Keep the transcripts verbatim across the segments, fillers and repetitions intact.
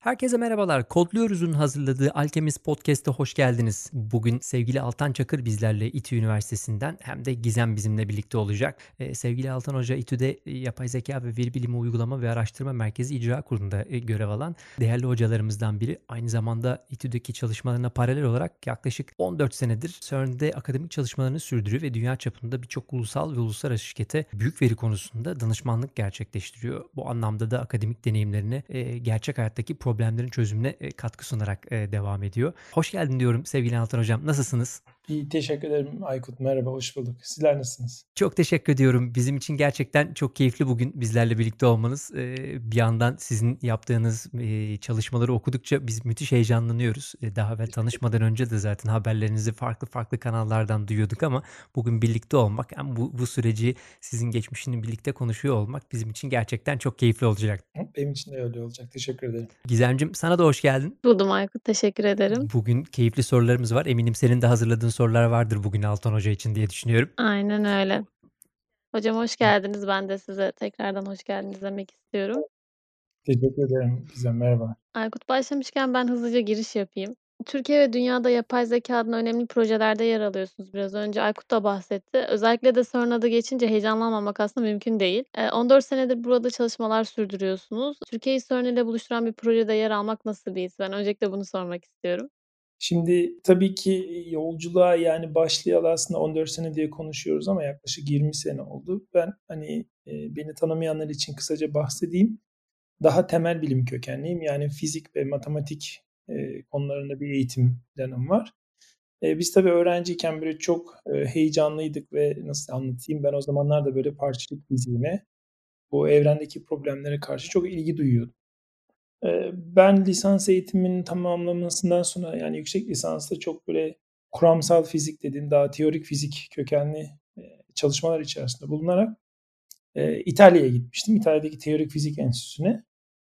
Herkese merhabalar. Kodluyoruz'un hazırladığı Alchemist Podcast'e hoş geldiniz. Bugün sevgili Altan Çakır bizlerle İTÜ Üniversitesi'nden hem de Gizem bizimle birlikte olacak. Ee, sevgili Altan Hoca İTÜ'de e, Yapay Zeka ve Veri Bilimi Uygulama ve Araştırma Merkezi İcra Kurulu'nda e, görev alan değerli hocalarımızdan biri. Aynı zamanda İTÜ'deki çalışmalarına paralel olarak yaklaşık on dört senedir CERN'de akademik çalışmalarını sürdürüyor ve dünya çapında birçok ulusal ve uluslararası şirkete büyük veri konusunda danışmanlık gerçekleştiriyor. Bu anlamda da akademik deneyimlerine e, gerçek hayattaki problemlerin çözümüne e, katkı sunarak e, devam ediyor. Hoş geldin diyorum sevgili Altan Hocam. Nasılsınız? İyi, teşekkür ederim Aykut. Merhaba, hoş bulduk. Sizler nasılsınız? Çok teşekkür ediyorum. Bizim için gerçekten çok keyifli bugün bizlerle birlikte olmanız. Ee, bir yandan sizin yaptığınız e, çalışmaları okudukça biz müthiş heyecanlanıyoruz. E, daha evvel tanışmadan önce de zaten haberlerinizi farklı farklı kanallardan duyuyorduk ama bugün birlikte olmak, hem bu, bu süreci sizin geçmişini birlikte konuşuyor olmak bizim için gerçekten çok keyifli olacak. Benim için de öyle olacak. Teşekkür ederim. Gizemciğim, sana da hoş geldin. Buldum Aykut, teşekkür ederim. Bugün keyifli sorularımız var. Eminim senin de hazırladığın sorular vardır bugün Altan Hoca için diye düşünüyorum. Aynen öyle. Hocam hoş geldiniz. Ben de size tekrardan hoş geldiniz demek istiyorum. Teşekkür ederim Gizem, merhaba. Aykut başlamışken ben hızlıca giriş yapayım. Türkiye ve dünyada yapay zeka adına önemli projelerde yer alıyorsunuz. Biraz önce Aykut da bahsetti. Özellikle de CERN adı geçince heyecanlanmamak aslında mümkün değil. Eee, on dört senedir burada çalışmalar sürdürüyorsunuz. Türkiye'yi CERN ile buluşturan bir projede yer almak nasıl bir his? Ben öncelikle bunu sormak istiyorum. Şimdi tabii ki yolculuğa yani başlayalı aslında on dört sene diye konuşuyoruz ama yaklaşık yirmi sene oldu. Ben hani e, beni tanımayanlar için kısaca bahsedeyim. Daha temel bilim kökenliyim. Yani fizik ve matematik e, konularında bir eğitim planım var. E, biz tabii öğrenciyken böyle çok e, heyecanlıydık ve nasıl anlatayım, ben o zamanlar da böyle parçacık fiziğine, bu evrendeki problemlere karşı çok ilgi duyuyordum. Eee, ben lisans eğitiminin tamamlamasından sonra yani yüksek lisansta çok böyle kuramsal fizik dediğim daha teorik fizik kökenli eee, çalışmalar içerisinde bulunarak eee, İtalya'ya gitmiştim. İtalya'daki Teorik Fizik Enstitüsü'ne.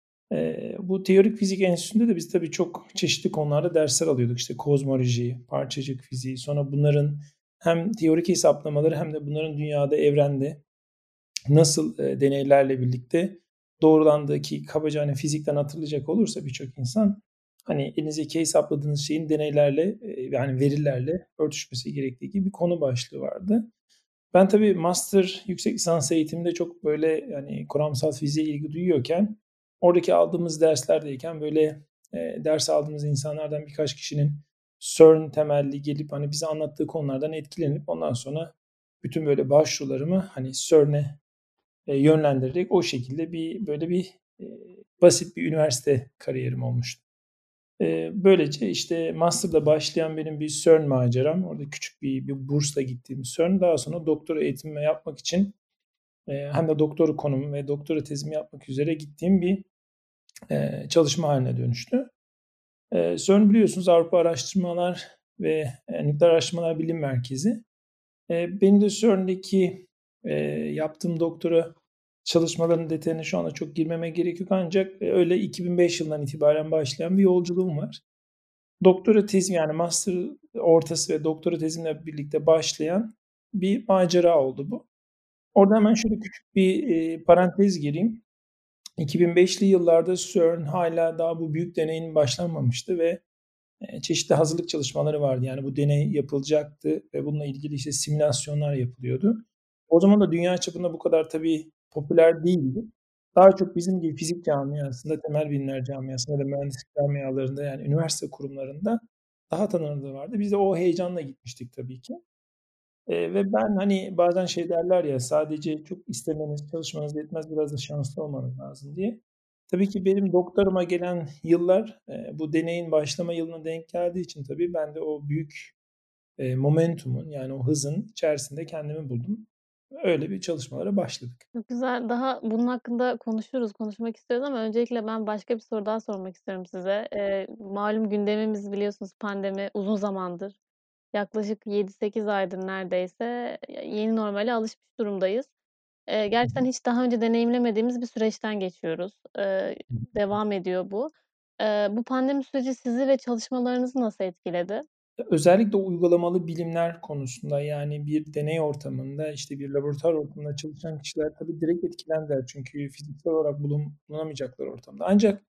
Eee, bu Teorik Fizik Enstitüsü'nde de biz tabii çok çeşitli konularda dersler alıyorduk. İşte kozmoloji, parçacık fiziği, sonra bunların hem teorik hesaplamaları hem de bunların dünyada, evrende nasıl e, deneylerle birlikte doğrulandığı, ki kabaca hani fizikten hatırlayacak olursa birçok insan hani elinizdeki hesapladığınız şeyin deneylerle e, yani verilerle örtüşmesi gerektiği gibi bir konu başlığı vardı. Ben tabii master yüksek lisans eğitiminde çok böyle yani kuramsal fiziğe ilgi duyuyorken oradaki aldığımız derslerdeyken böyle e, ders aldığımız insanlardan birkaç kişinin CERN temelli gelip hani bize anlattığı konulardan etkilenip ondan sonra bütün böyle başvurularımı hani CERN'e e, yönlendirerek o şekilde bir böyle bir e, basit bir üniversite kariyerim olmuştu. E, böylece işte master'da başlayan benim bir CERN maceram, orada küçük bir, bir bursla gittiğim CERN, daha sonra doktora eğitimimi yapmak için e, hem de doktora konumu ve doktora tezimi yapmak üzere gittiğim bir e, çalışma haline dönüştü. E, CERN biliyorsunuz Avrupa Araştırmalar ve e, Nükleer Araştırmalar Bilim Merkezi. E, benim de CERN'deki e, yaptığım doktora çalışmaların detayına şu anda çok girmeme gerek yok, ancak e, öyle iki bin beş yılından itibaren başlayan bir yolculuğum var. Doktora tezim yani master ortası ve doktora tezimle birlikte başlayan bir macera oldu bu. Orada hemen şöyle küçük bir e, parantez gireyim. iki bin beşli yıllarda CERN hala daha bu büyük deneyin başlanmamıştı ve e, çeşitli hazırlık çalışmaları vardı. Yani bu deney yapılacaktı ve bununla ilgili işte simülasyonlar yapılıyordu. O zaman da dünya çapında bu kadar tabii popüler değildi. Daha çok bizim gibi fizik camiasında, temel bilimler camiasında da mühendislik camialarında yani üniversite kurumlarında daha tanınırlığı vardı. Biz de o heyecanla gitmiştik tabii ki. Eee, ve ben hani bazen şey derler ya, sadece çok istemeniz, çalışmanız yetmez, biraz da şanslı olmanız lazım diye. Tabii ki benim doktorama gelen yıllar eee, bu deneyin başlama yılına denk geldiği için tabii ben de o büyük eee, momentumun yani o hızın içerisinde kendimi buldum. Öyle bir çalışmalara başladık. Çok güzel. Daha bunun hakkında konuşuruz, konuşmak istiyoruz ama öncelikle ben başka bir soru daha sormak istiyorum size. Eee, malum gündemimiz biliyorsunuz pandemi uzun zamandır. Yaklaşık yedi sekiz aydır neredeyse ya yeni normale alışmış durumdayız. Eee, Hı hı. gerçekten hiç daha önce deneyimlemediğimiz bir süreçten geçiyoruz. Eee, devam ediyor bu. Eee, bu pandemi süreci sizi ve çalışmalarınızı nasıl etkiledi? Özellikle uygulamalı bilimler konusunda yani bir deney ortamında, işte, bir laboratuvar ortamında çalışan kişiler tabii direkt etkilendiler. Çünkü fiziksel olarak bulun bulunamayacaklar ortamda. Ancak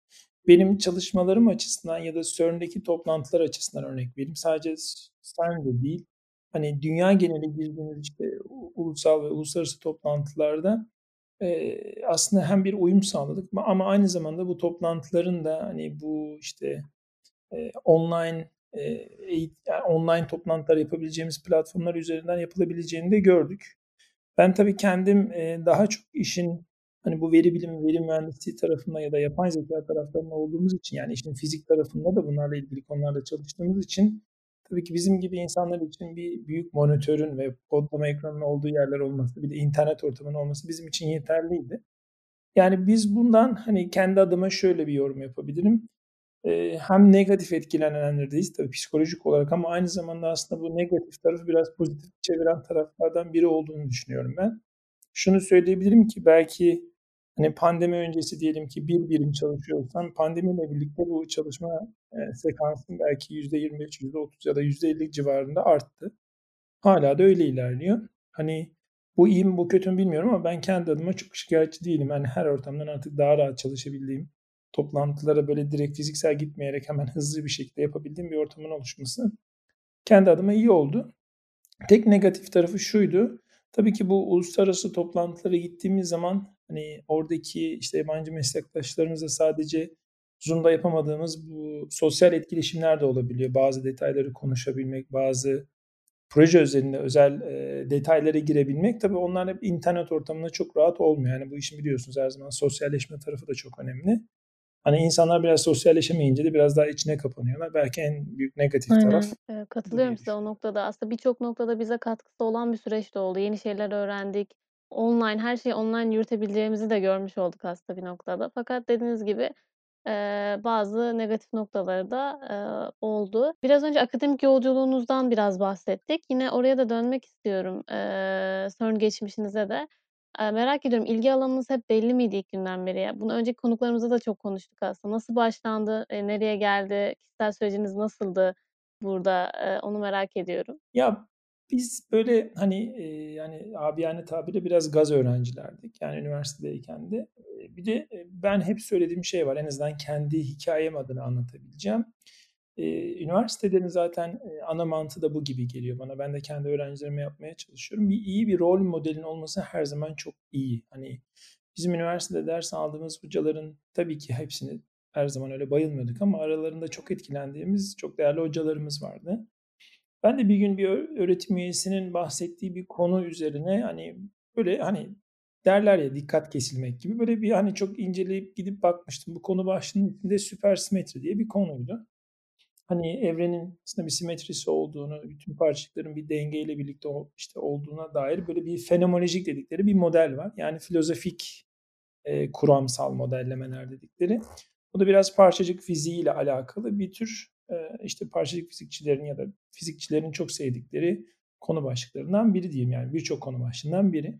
benim çalışmalarım açısından ya da CERN'deki toplantılar açısından örnek vereyim. Sadece CERN'de değil, hani dünya geneli girdiğimiz işte ulusal ve uluslararası toplantılarda e, aslında hem bir uyum sağladık ama aynı zamanda bu toplantıların da hani bu işte e, online e, yani online toplantılar yapabileceğimiz platformlar üzerinden yapılabileceğini de gördük. Ben tabii kendim e, daha çok işin hani bu veri bilimi, veri mühendisliği tarafında ya da yapay zeka taraflarında olduğumuz için yani işin fizik tarafında da bunlarla ilgili konularda çalıştığımız için tabii ki bizim gibi insanlar için bir büyük monitörün ve kodlama ekranının olduğu yerler olması, bir de internet ortamının olması bizim için yeterliydi. Yani biz bundan hani kendi adıma şöyle bir yorum yapabilirim. Ee, hem negatif etkilenenlerdeyiz tabii psikolojik olarak ama aynı zamanda aslında bu negatif tarafı biraz pozitif çeviren taraflardan biri olduğunu düşünüyorum ben. Şunu söyleyebilirim ki belki hani pandemi öncesi diyelim ki bir birim çalışıyorsam pandemiyle birlikte bu çalışma e, sekansım belki yüzde yirmi beş, yüzde otuz ya da yüzde elli civarında arttı. Hala da öyle ilerliyor. Hani bu iyi mi bu kötü mü bilmiyorum ama ben kendi adıma çok şikayetçi değilim. Yani her ortamdan artık daha rahat çalışabildiğim, toplantılara böyle direkt fiziksel gitmeyerek hemen hızlı bir şekilde yapabildiğim bir ortamın oluşması kendi adıma iyi oldu. Tek negatif tarafı şuydu. Tabii ki bu uluslararası toplantılara gittiğimiz zaman hani oradaki işte yabancı meslektaşlarımızla sadece Zoom'da yapamadığımız bu sosyal etkileşimler de olabiliyor. Bazı detayları konuşabilmek, bazı proje özelinde özel e, detaylara girebilmek tabii onlar hep internet ortamında çok rahat olmuyor. Yani bu işin biliyorsunuz her zaman sosyalleşme tarafı da çok önemli. Hani insanlar biraz sosyalleşemeyince de biraz daha içine kapanıyorlar. Belki en büyük negatif taraf Aynen, eee, bu katılıyorum diye size o düşünüyorum. noktada. Aslında birçok noktada bize katkısı olan bir süreç de oldu. Yeni şeyler öğrendik. Online, her şeyi online yürütebileceğimizi de görmüş olduk aslında bir noktada. Fakat dediğiniz gibi, eee, bazı negatif noktaları da, eee, oldu. Biraz önce akademik yolculuğunuzdan biraz bahsettik. Yine oraya da dönmek istiyorum, eee, CERN geçmişinize de. Eee, merak ediyorum, ilgi alanınız hep belli miydi ilk günden beri? Ya, bunu önceki konuklarımızla da çok konuştuk aslında. Nasıl başlandı, eee, nereye geldi, kişisel süreciniz nasıldı burada? Eee, onu merak ediyorum. Ya biz böyle hani e, yani abiyane tabirle biraz gaz öğrencilerdik. Yani üniversitedeyken de. E, bir de e, ben hep söylediğim şey var. En azından kendi hikayem adına anlatabileceğim. Eee, üniversitelerin zaten, eee, ana mantığı da bu gibi geliyor bana. Ben de kendi öğrencilerime yapmaya çalışıyorum. Bir iyi bir rol modelin olması her zaman çok iyi. Hani bizim üniversitede ders aldığımız hocaların tabii ki hepsini her zaman öyle bayılmıyorduk ama aralarında çok etkilendiğimiz çok değerli hocalarımız vardı. Ben de bir gün bir ö öğretim üyesinin bahsettiği bir konu üzerine, hani, böyle, hani, derler ya dikkat kesilmek gibi, böyle bir, hani, çok inceleyip gidip bakmıştım. Bu konu başlığının içinde süpersimetri diye bir konuydu. Hani, evrenin aslında bir simetrisi olduğunu, bütün parçacıkların bir dengeyle birlikte o işte, olduğuna dair böyle bir fenomenolojik dedikleri bir model var. Yani filozofik, eee, kuramsal modellemeler dedikleri. Bu da biraz parçacık fiziğiyle alakalı bir tür, eee, işte, parçacık fizikçilerin ya da fizikçilerin çok sevdikleri konu başlıklarından biri diyeyim, yani birçok konu başlığından biri.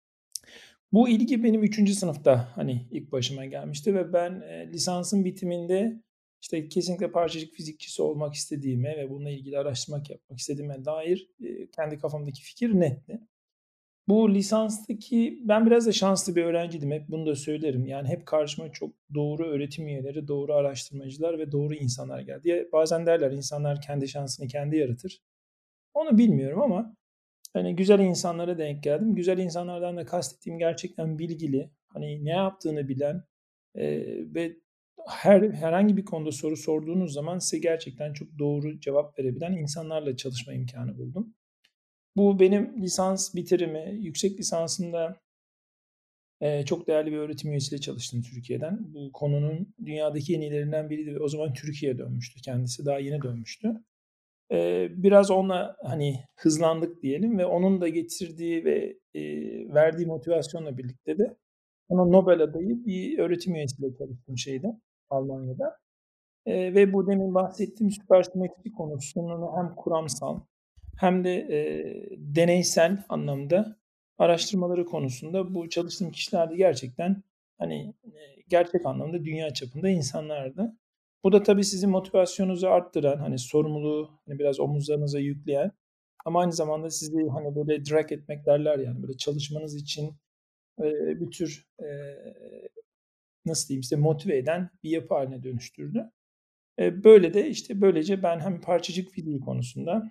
Bu ilgi benim üçüncü sınıfta, hani, ilk başıma gelmişti ve ben, eee, lisansın bitiminde, işte, kesinlikle parçacık fizikçisi olmak istediğime ve bununla ilgili araştırma yapmak istediğime dair, eee, kendi kafamdaki fikir netti. Bu lisanstaki ben biraz da şanslı bir öğrenciydim. Hep bunu da söylerim. Yani hep karşıma çok doğru öğretim üyeleri, doğru araştırmacılar ve doğru insanlar geldi. Ya bazen derler insanlar kendi şansını kendi yaratır. Onu bilmiyorum ama hani güzel insanlara denk geldim. Güzel insanlardan da kastettiğim gerçekten bilgili, hani ne yaptığını bilen eee, ve her herhangi bir konuda soru sorduğunuz zaman size gerçekten çok doğru cevap verebilen insanlarla çalışma imkanı buldum. Bu benim lisans bitirimi, yüksek lisansımda Eee, çok değerli bir öğretim üyesiyle çalıştım Türkiye'den. Bu konunun dünyadaki en iyilerinden biriydi ve o zaman Türkiye'ye dönmüştü kendisi, daha yeni dönmüştü. Eee, biraz onunla, hani, hızlandık diyelim ve onun da getirdiği ve, eee, verdiği motivasyonla birlikte de ona Nobel adayı bir öğretim üyesiyle çalıştım şeyde, Almanya'da. Eee, ve bu demin bahsettiğim süpersimetri konusunu hem kuramsal hem de, eee, deneysel anlamda araştırmaları konusunda bu çalıştığım kişiler de gerçekten, hani, eee, gerçek anlamda dünya çapında insanlardı. Bu da tabii sizin motivasyonunuzu arttıran, hani, sorumluluğu, hani, biraz omuzlarınıza yükleyen ama aynı zamanda sizi, hani, böyle drag etmek derler yani böyle çalışmanız için, eee, bir tür, eee nasıl diyeyim size motive eden bir yapı haline dönüştürdü. Eee, böyle de işte böylece ben hem parçacık fiziği konusunda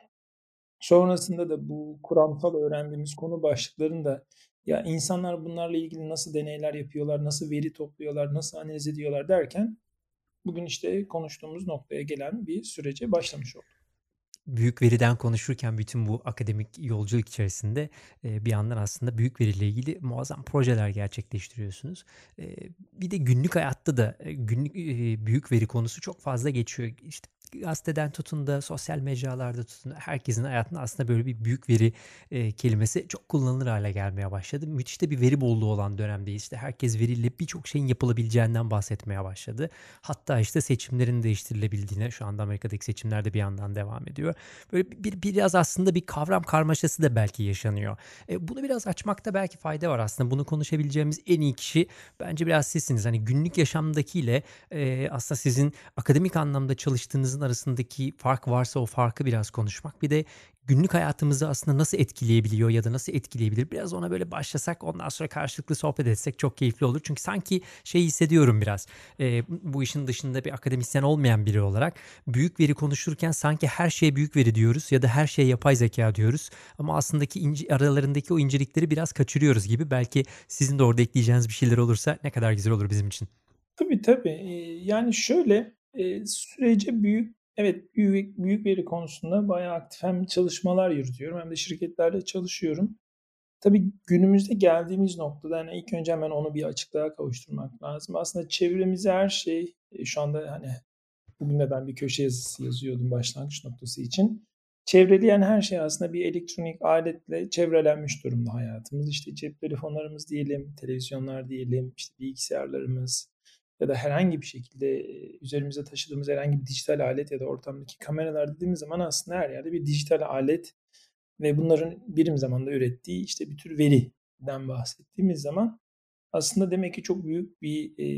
sonrasında da bu kuramsal öğrendiğimiz konu başlıklarını da ya insanlar bunlarla ilgili nasıl deneyler yapıyorlar, nasıl veri topluyorlar, nasıl analiz ediyorlar derken bugün işte konuştuğumuz noktaya gelen bir sürece başlamış olduk. Büyük veriden konuşurken bütün bu akademik yolculuk içerisinde, eee, bir yandan aslında büyük veriyle ilgili muazzam projeler gerçekleştiriyorsunuz. Eee, bir de günlük hayatta da, eee, günlük, eee, büyük veri konusu çok fazla geçiyor. İşte gazeteden tutun da sosyal mecralarda tutun da herkesin hayatında aslında böyle bir büyük veri, eee, kelimesi çok kullanılır hale gelmeye başladı. Müthiş de bir veri bolluğu olan dönemdeyiz. İşte herkes veriyle birçok şeyin yapılabileceğinden bahsetmeye başladı. Hatta işte seçimlerin değiştirilebildiğine, şu anda Amerika'daki seçimler de bir yandan devam ediyor. Böyle bir biraz aslında bir kavram karmaşası da belki yaşanıyor. Eee, bunu biraz açmakta belki fayda var aslında. Bunu konuşabileceğimiz en iyi kişi bence biraz sizsiniz. Hani günlük yaşamdakiyle, eee, aslında sizin akademik anlamda çalıştığınızın arasındaki fark varsa o farkı biraz konuşmak. Bir de günlük hayatımızı aslında nasıl etkileyebiliyor ya da nasıl etkileyebilir? Biraz ona böyle başlasak, ondan sonra karşılıklı sohbet etsek çok keyifli olur. Çünkü sanki şey hissediyorum biraz, eee, bu işin dışında bir akademisyen olmayan biri olarak büyük veri konuşurken sanki her şeye büyük veri diyoruz ya da her şeye yapay zeka diyoruz. Ama aslındaki ince, aralarındaki o incelikleri biraz kaçırıyoruz gibi. Belki sizin de orada ekleyeceğiniz bir şeyler olursa ne kadar güzel olur bizim için. Tabii tabii. Eee, yani şöyle eee, sürece büyük evet büyük büyük veri konusunda bayağı aktif hem çalışmalar yürütüyorum hem de şirketlerle çalışıyorum. Tabii günümüzde geldiğimiz noktada hani ilk önce hemen onu bir açıklığa kavuşturmak lazım. Aslında çevremizde her şey e, şu anda hani bugün de ben bir köşe yazısı yazıyordum başlangıç noktası için. Çevreleyen her şey aslında bir elektronik aletle çevrelenmiş durumda hayatımız. İşte cep telefonlarımız diyelim, televizyonlar diyelim, işte bilgisayarlarımız ya da herhangi bir şekilde e, üzerimize taşıdığımız herhangi bir dijital alet ya da ortamdaki kameralar dediğimiz zaman aslında her yerde bir dijital alet ve bunların birim zamanda ürettiği işte bir tür veriden bahsettiğimiz zaman aslında demek ki çok büyük bir e,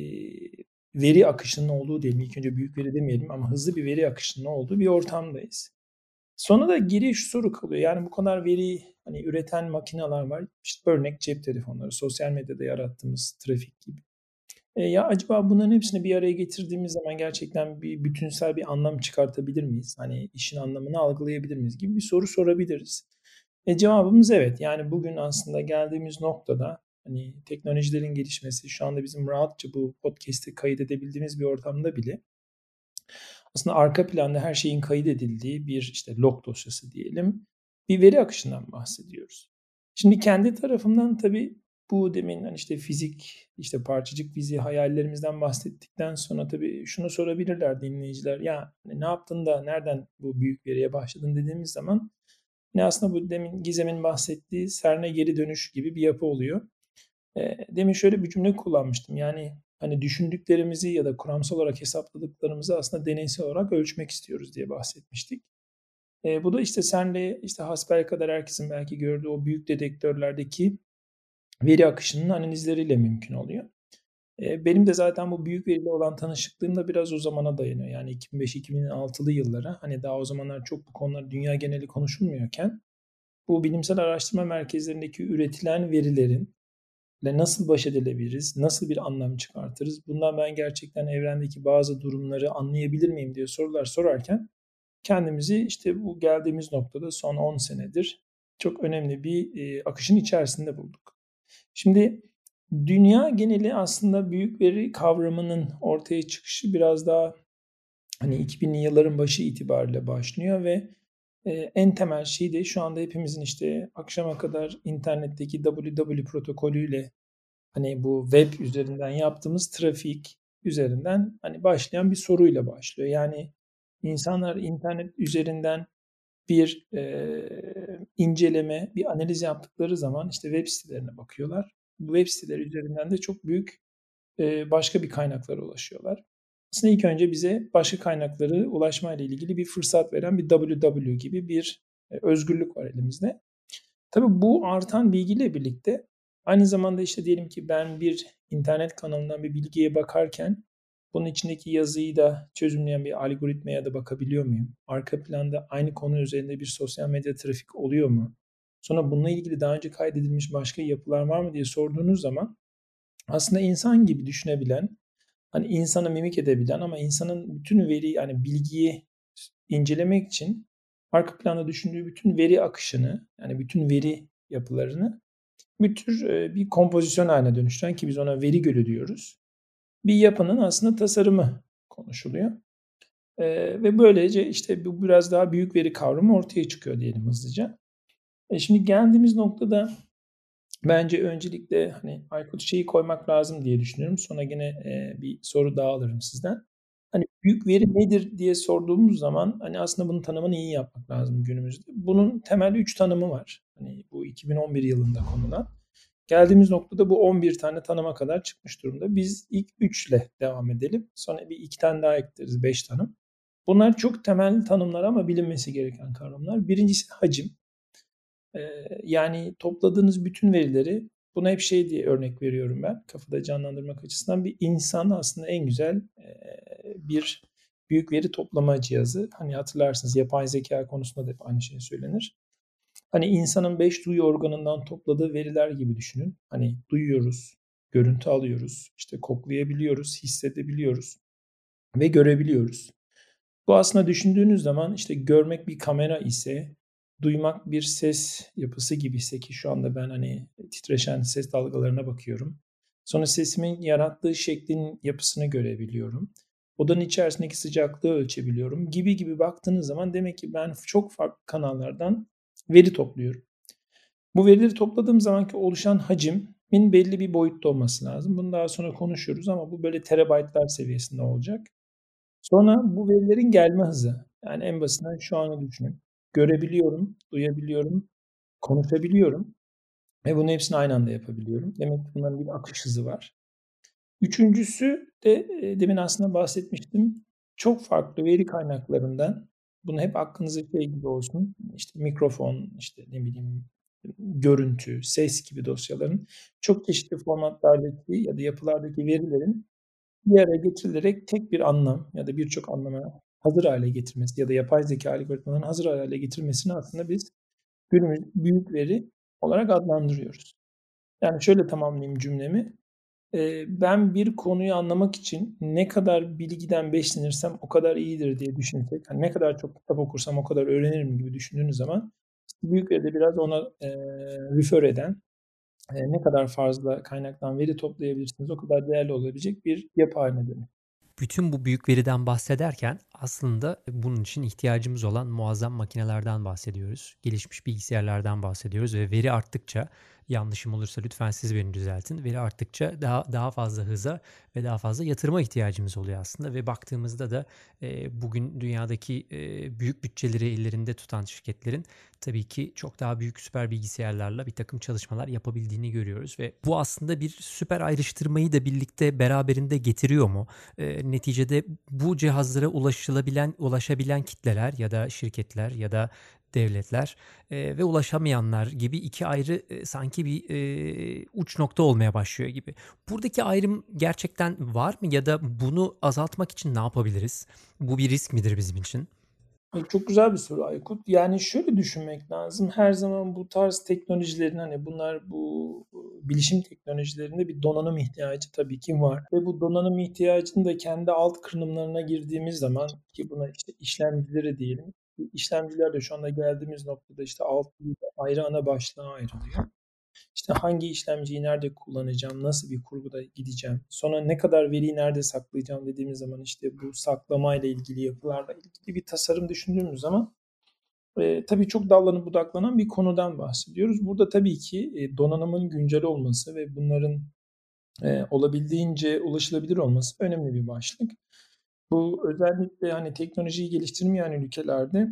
veri akışının olduğu diyelim. İlk önce büyük veri demeyelim ama hızlı bir veri akışının olduğu bir ortamdayız. Sonra da geriye şu soru kalıyor. Yani bu kadar veri hani üreten makineler var. İşte örnek cep telefonları, sosyal medyada yarattığımız trafik gibi. E, ya acaba bunların hepsini bir araya getirdiğimiz zaman gerçekten bir bütünsel bir anlam çıkartabilir miyiz? Hani işin anlamını algılayabilir miyiz gibi bir soru sorabiliriz. E, cevabımız evet. Yani bugün aslında geldiğimiz noktada hani teknolojilerin gelişmesi şu anda bizim rahatça bu podcast'i kaydedebildiğimiz bir ortamda bile aslında arka planda her şeyin kaydedildiği bir işte log dosyası diyelim bir veri akışından bahsediyoruz. Şimdi kendi tarafımdan tabii bu demin hani işte fizik, işte parçacık fiziği hayallerimizden bahsettikten sonra tabii şunu sorabilirler dinleyiciler. Ya hani ne yaptın da nereden bu büyük veriye başladın dediğimiz zaman ne aslında bu demin Gizem'in bahsettiği CERN'e geri dönüş gibi bir yapı oluyor. E, demin şöyle bir cümle kullanmıştım. Yani hani düşündüklerimizi ya da kuramsal olarak hesapladıklarımızı aslında deneysel olarak ölçmek istiyoruz diye bahsetmiştik. E, bu da işte senle işte hasbelkader herkesin belki gördüğü o büyük dedektörlerdeki veri akışının analizleriyle mümkün oluyor. E, benim de zaten bu büyük veriyle olan tanışıklığım da biraz o zamana dayanıyor. Yani iki bin beş iki bin altılı yıllara hani daha o zamanlar çok bu konular dünya geneli konuşulmuyorken bu bilimsel araştırma merkezlerindeki üretilen verilerin ile nasıl baş edilebiliriz, nasıl bir anlam çıkartırız? Bundan ben gerçekten evrendeki bazı durumları anlayabilir miyim diye sorular sorarken kendimizi işte bu geldiğimiz noktada son on senedir çok önemli bir e, akışın içerisinde bulduk. Şimdi dünya geneli aslında büyük veri kavramının ortaya çıkışı biraz daha hani iki binli yılların başı itibariyle başlıyor ve e, en temel şey de şu anda hepimizin işte akşama kadar internetteki W W W protokolüyle hani bu web üzerinden yaptığımız trafik üzerinden hani başlayan bir soruyla başlıyor. Yani insanlar internet üzerinden bir e, inceleme, bir analiz yaptıkları zaman işte web sitelerine bakıyorlar. Bu web siteleri üzerinden de çok büyük e, başka bir kaynaklara ulaşıyorlar. Aslında ilk önce bize başka kaynakları ulaşmayla ilgili bir fırsat veren bir W W W gibi bir e, özgürlük var elimizde. Tabii bu artan bilgiyle birlikte aynı zamanda işte diyelim ki ben bir internet kanalından bir bilgiye bakarken bunun içindeki yazıyı da çözümleyen bir algoritmaya da bakabiliyor muyum? Arka planda aynı konu üzerinde bir sosyal medya trafik oluyor mu? Sonra bununla ilgili daha önce kaydedilmiş başka yapılar var mı diye sorduğunuz zaman aslında insan gibi düşünebilen hani insana mimik edebilen ama insanın bütün veri yani bilgiyi incelemek için arka planda düşündüğü bütün veri akışını yani bütün veri yapılarını bir tür e, bir kompozisyon haline dönüştüren ki biz ona veri gölü diyoruz. Bir yapının aslında tasarımı konuşuluyor. E, ve böylece işte bu biraz daha büyük veri kavramı ortaya çıkıyor diyelim hızlıca. E şimdi geldiğimiz noktada bence öncelikle hani Aykut şeyi koymak lazım diye düşünüyorum. Sonra yine e, bir soru daha alırım sizden. Hani büyük veri nedir diye sorduğumuz zaman hani aslında bunun tanımını iyi yapmak lazım günümüzde. Bunun temel üç tanımı var. Hani bu iki bin on bir yılında konulan. Geldiğimiz noktada bu on bir tane tanıma kadar çıkmış durumda. Biz ilk üç ile devam edelim. Sonra bir iki tane daha ekleriz, beş tanım. Bunlar çok temel tanımlar ama bilinmesi gereken kavramlar. Birincisi hacim. Ee, yani topladığınız bütün verileri, buna hep şey diye örnek veriyorum ben kafada canlandırmak açısından, bir insan aslında en güzel e, bir büyük veri toplama cihazı. Hani hatırlarsınız yapay zeka konusunda da hep aynı şey söylenir. Hani insanın beş duyu organından topladığı veriler gibi düşünün. Hani duyuyoruz, görüntü alıyoruz, işte koklayabiliyoruz, hissedebiliyoruz ve görebiliyoruz. Bu aslında düşündüğünüz zaman işte görmek bir kamera ise, duymak bir ses yapısı gibi ise ki şu anda ben hani titreşen ses dalgalarına bakıyorum. Sonra sesimin yarattığı şeklin yapısını görebiliyorum. Odanın içerisindeki sıcaklığı ölçebiliyorum gibi gibi baktığınız zaman demek ki ben çok farklı kanallardan veri topluyorum. Bu verileri topladığım zamanki oluşan hacimin belli bir boyutta olması lazım. Bunu daha sonra konuşuruz ama bu böyle terabaytlar seviyesinde olacak. Sonra bu verilerin gelme hızı. Yani en basitinden şu anı düşünün. Görebiliyorum, duyabiliyorum, konuşabiliyorum ve bunun hepsini aynı anda yapabiliyorum. Demek ki bunların bir akış hızı var. Üçüncüsü de e, demin aslında bahsetmiştim. Çok farklı veri kaynaklarından, bunu hep aklınızda şey gibi olsun, işte mikrofon, işte ne bileyim görüntü, ses gibi dosyaların çok çeşitli formatlardaki ya da yapılardaki verilerin bir araya getirilerek tek bir anlam ya da birçok anlama hazır hale getirmesi ya da yapay zeka algoritmalarının hazır hale getirmesini aslında biz günümüz büyük veri olarak adlandırıyoruz. Yani şöyle tamamlayayım cümlemi. Ee, ben bir konuyu anlamak için ne kadar bilgiden beslenirsem o kadar iyidir diye düşünsek, hani ne kadar çok kitap okursam o kadar öğrenirim gibi düşündüğünüz zaman büyük veride biraz ona e, refer eden, e, ne kadar fazla kaynaktan veri toplayabilirsiniz o kadar değerli olabilecek bir yapı haline dönüyor. Bütün bu büyük veriden bahsederken aslında bunun için ihtiyacımız olan muazzam makinelerden bahsediyoruz. Gelişmiş bilgisayarlardan bahsediyoruz ve veri arttıkça, yanlışım olursa lütfen siz beni düzeltin. Veri arttıkça daha daha fazla hıza ve daha fazla yatırıma ihtiyacımız oluyor aslında ve baktığımızda da e, bugün dünyadaki e, büyük bütçeleri ellerinde tutan şirketlerin tabii ki çok daha büyük süper bilgisayarlarla bir takım çalışmalar yapabildiğini görüyoruz ve bu aslında bir süper ayrıştırmayı da birlikte beraberinde getiriyor mu? E, neticede bu cihazlara ulaşılabilen, ulaşabilen kitleler ya da şirketler ya da devletler e, ve ulaşamayanlar gibi iki ayrı e, sanki bir e, uç nokta olmaya başlıyor gibi. Buradaki ayrım gerçekten var mı ya da bunu azaltmak için ne yapabiliriz? Bu bir risk midir bizim için? Çok güzel bir soru Aykut. Yani şöyle düşünmek lazım. Her zaman bu tarz teknolojilerin, hani bunlar bu bilişim teknolojilerinde bir donanım ihtiyacı tabii ki var. Ve bu donanım ihtiyacını da kendi alt kırınımlarına girdiğimiz zaman, ki buna işte işlemcileri diyelim. İşlemciler de şu anda geldiğimiz noktada işte altı ayrı ana başlığa ayrılıyor. İşte hangi işlemciyi nerede kullanacağım, nasıl bir kurguda gideceğim, sonra ne kadar veriyi nerede saklayacağım dediğimiz zaman işte bu saklamayla ilgili, yapılarla ilgili bir tasarım düşündüğümüz zaman e, tabii çok dallanıp budaklanan bir konudan bahsediyoruz. Burada tabii ki e, donanımın güncel olması ve bunların e, olabildiğince ulaşılabilir olması önemli bir başlık. Bu özellikle hani teknolojiyi geliştirmeyen ülkelerde,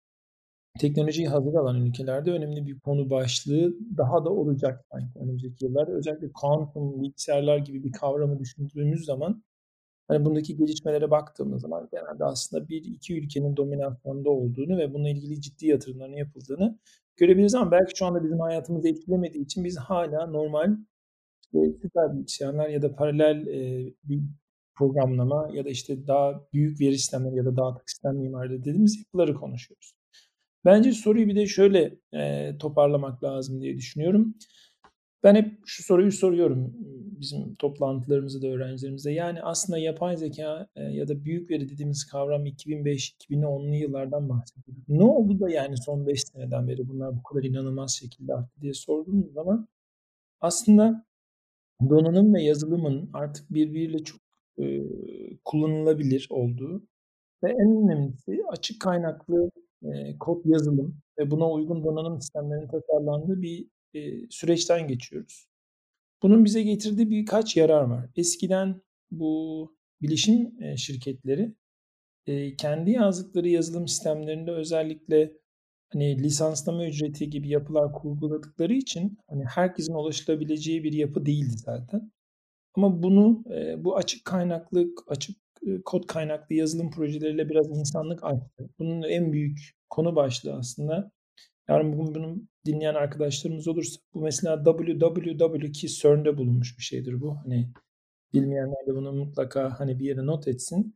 teknolojiyi hazır alan ülkelerde önemli bir konu başlığı daha da olacak sanki önümüzdeki yıllarda. Özellikle kuantum bilgisayarlar gibi bir kavramı düşündüğümüz zaman, hani bundaki gelişmelere baktığımız zaman genelde aslında bir iki ülkenin dominasyonda olduğunu ve bununla ilgili ciddi yatırımların yapıldığını görebiliriz ama belki şu anda bizim hayatımızı etkilemediği için biz hala normal işte süper bilgisayarlar ya da paralel e, bir programlama ya da işte daha büyük veri sistemleri ya da dağıtık sistem mimarisi dediğimiz yapıları konuşuyoruz. Bence soruyu bir de şöyle e, toparlamak lazım diye düşünüyorum. Ben hep şu soruyu soruyorum bizim toplantılarımızda da öğrencilerimize. Yani aslında yapay zeka e, ya da büyük veri dediğimiz kavram iki bin beş iki bin onlu yıllardan bahsediyor. Ne oldu da yani son beş seneden beri bunlar bu kadar inanılmaz şekilde arttı diye sorduğumuz zaman aslında donanım ve yazılımın artık birbiriyle çok e, kullanılabilir olduğu ve en önemlisi açık kaynaklı e, kod yazılım ve buna uygun donanım sistemlerinin tasarlandığı bir e, süreçten geçiyoruz. Bunun bize getirdiği birkaç yarar var. Eskiden bu bilişim e, şirketleri e, kendi yazdıkları yazılım sistemlerinde özellikle hani lisanslama ücreti gibi yapılar kurguladıkları için hani herkesin ulaşılabileceği bir yapı değildi zaten. Ama bunu e, bu açık kaynaklı, açık e, kod kaynaklı yazılım projeleriyle biraz insanlık açtı. Bunun en büyük konu başlığı aslında. Yarın bugün bunu dinleyen arkadaşlarımız olursa bu mesela W W W ki C E R N'de bulunmuş bir şeydir bu. Hani bilmeyenler de bunu mutlaka hani bir yere not etsin.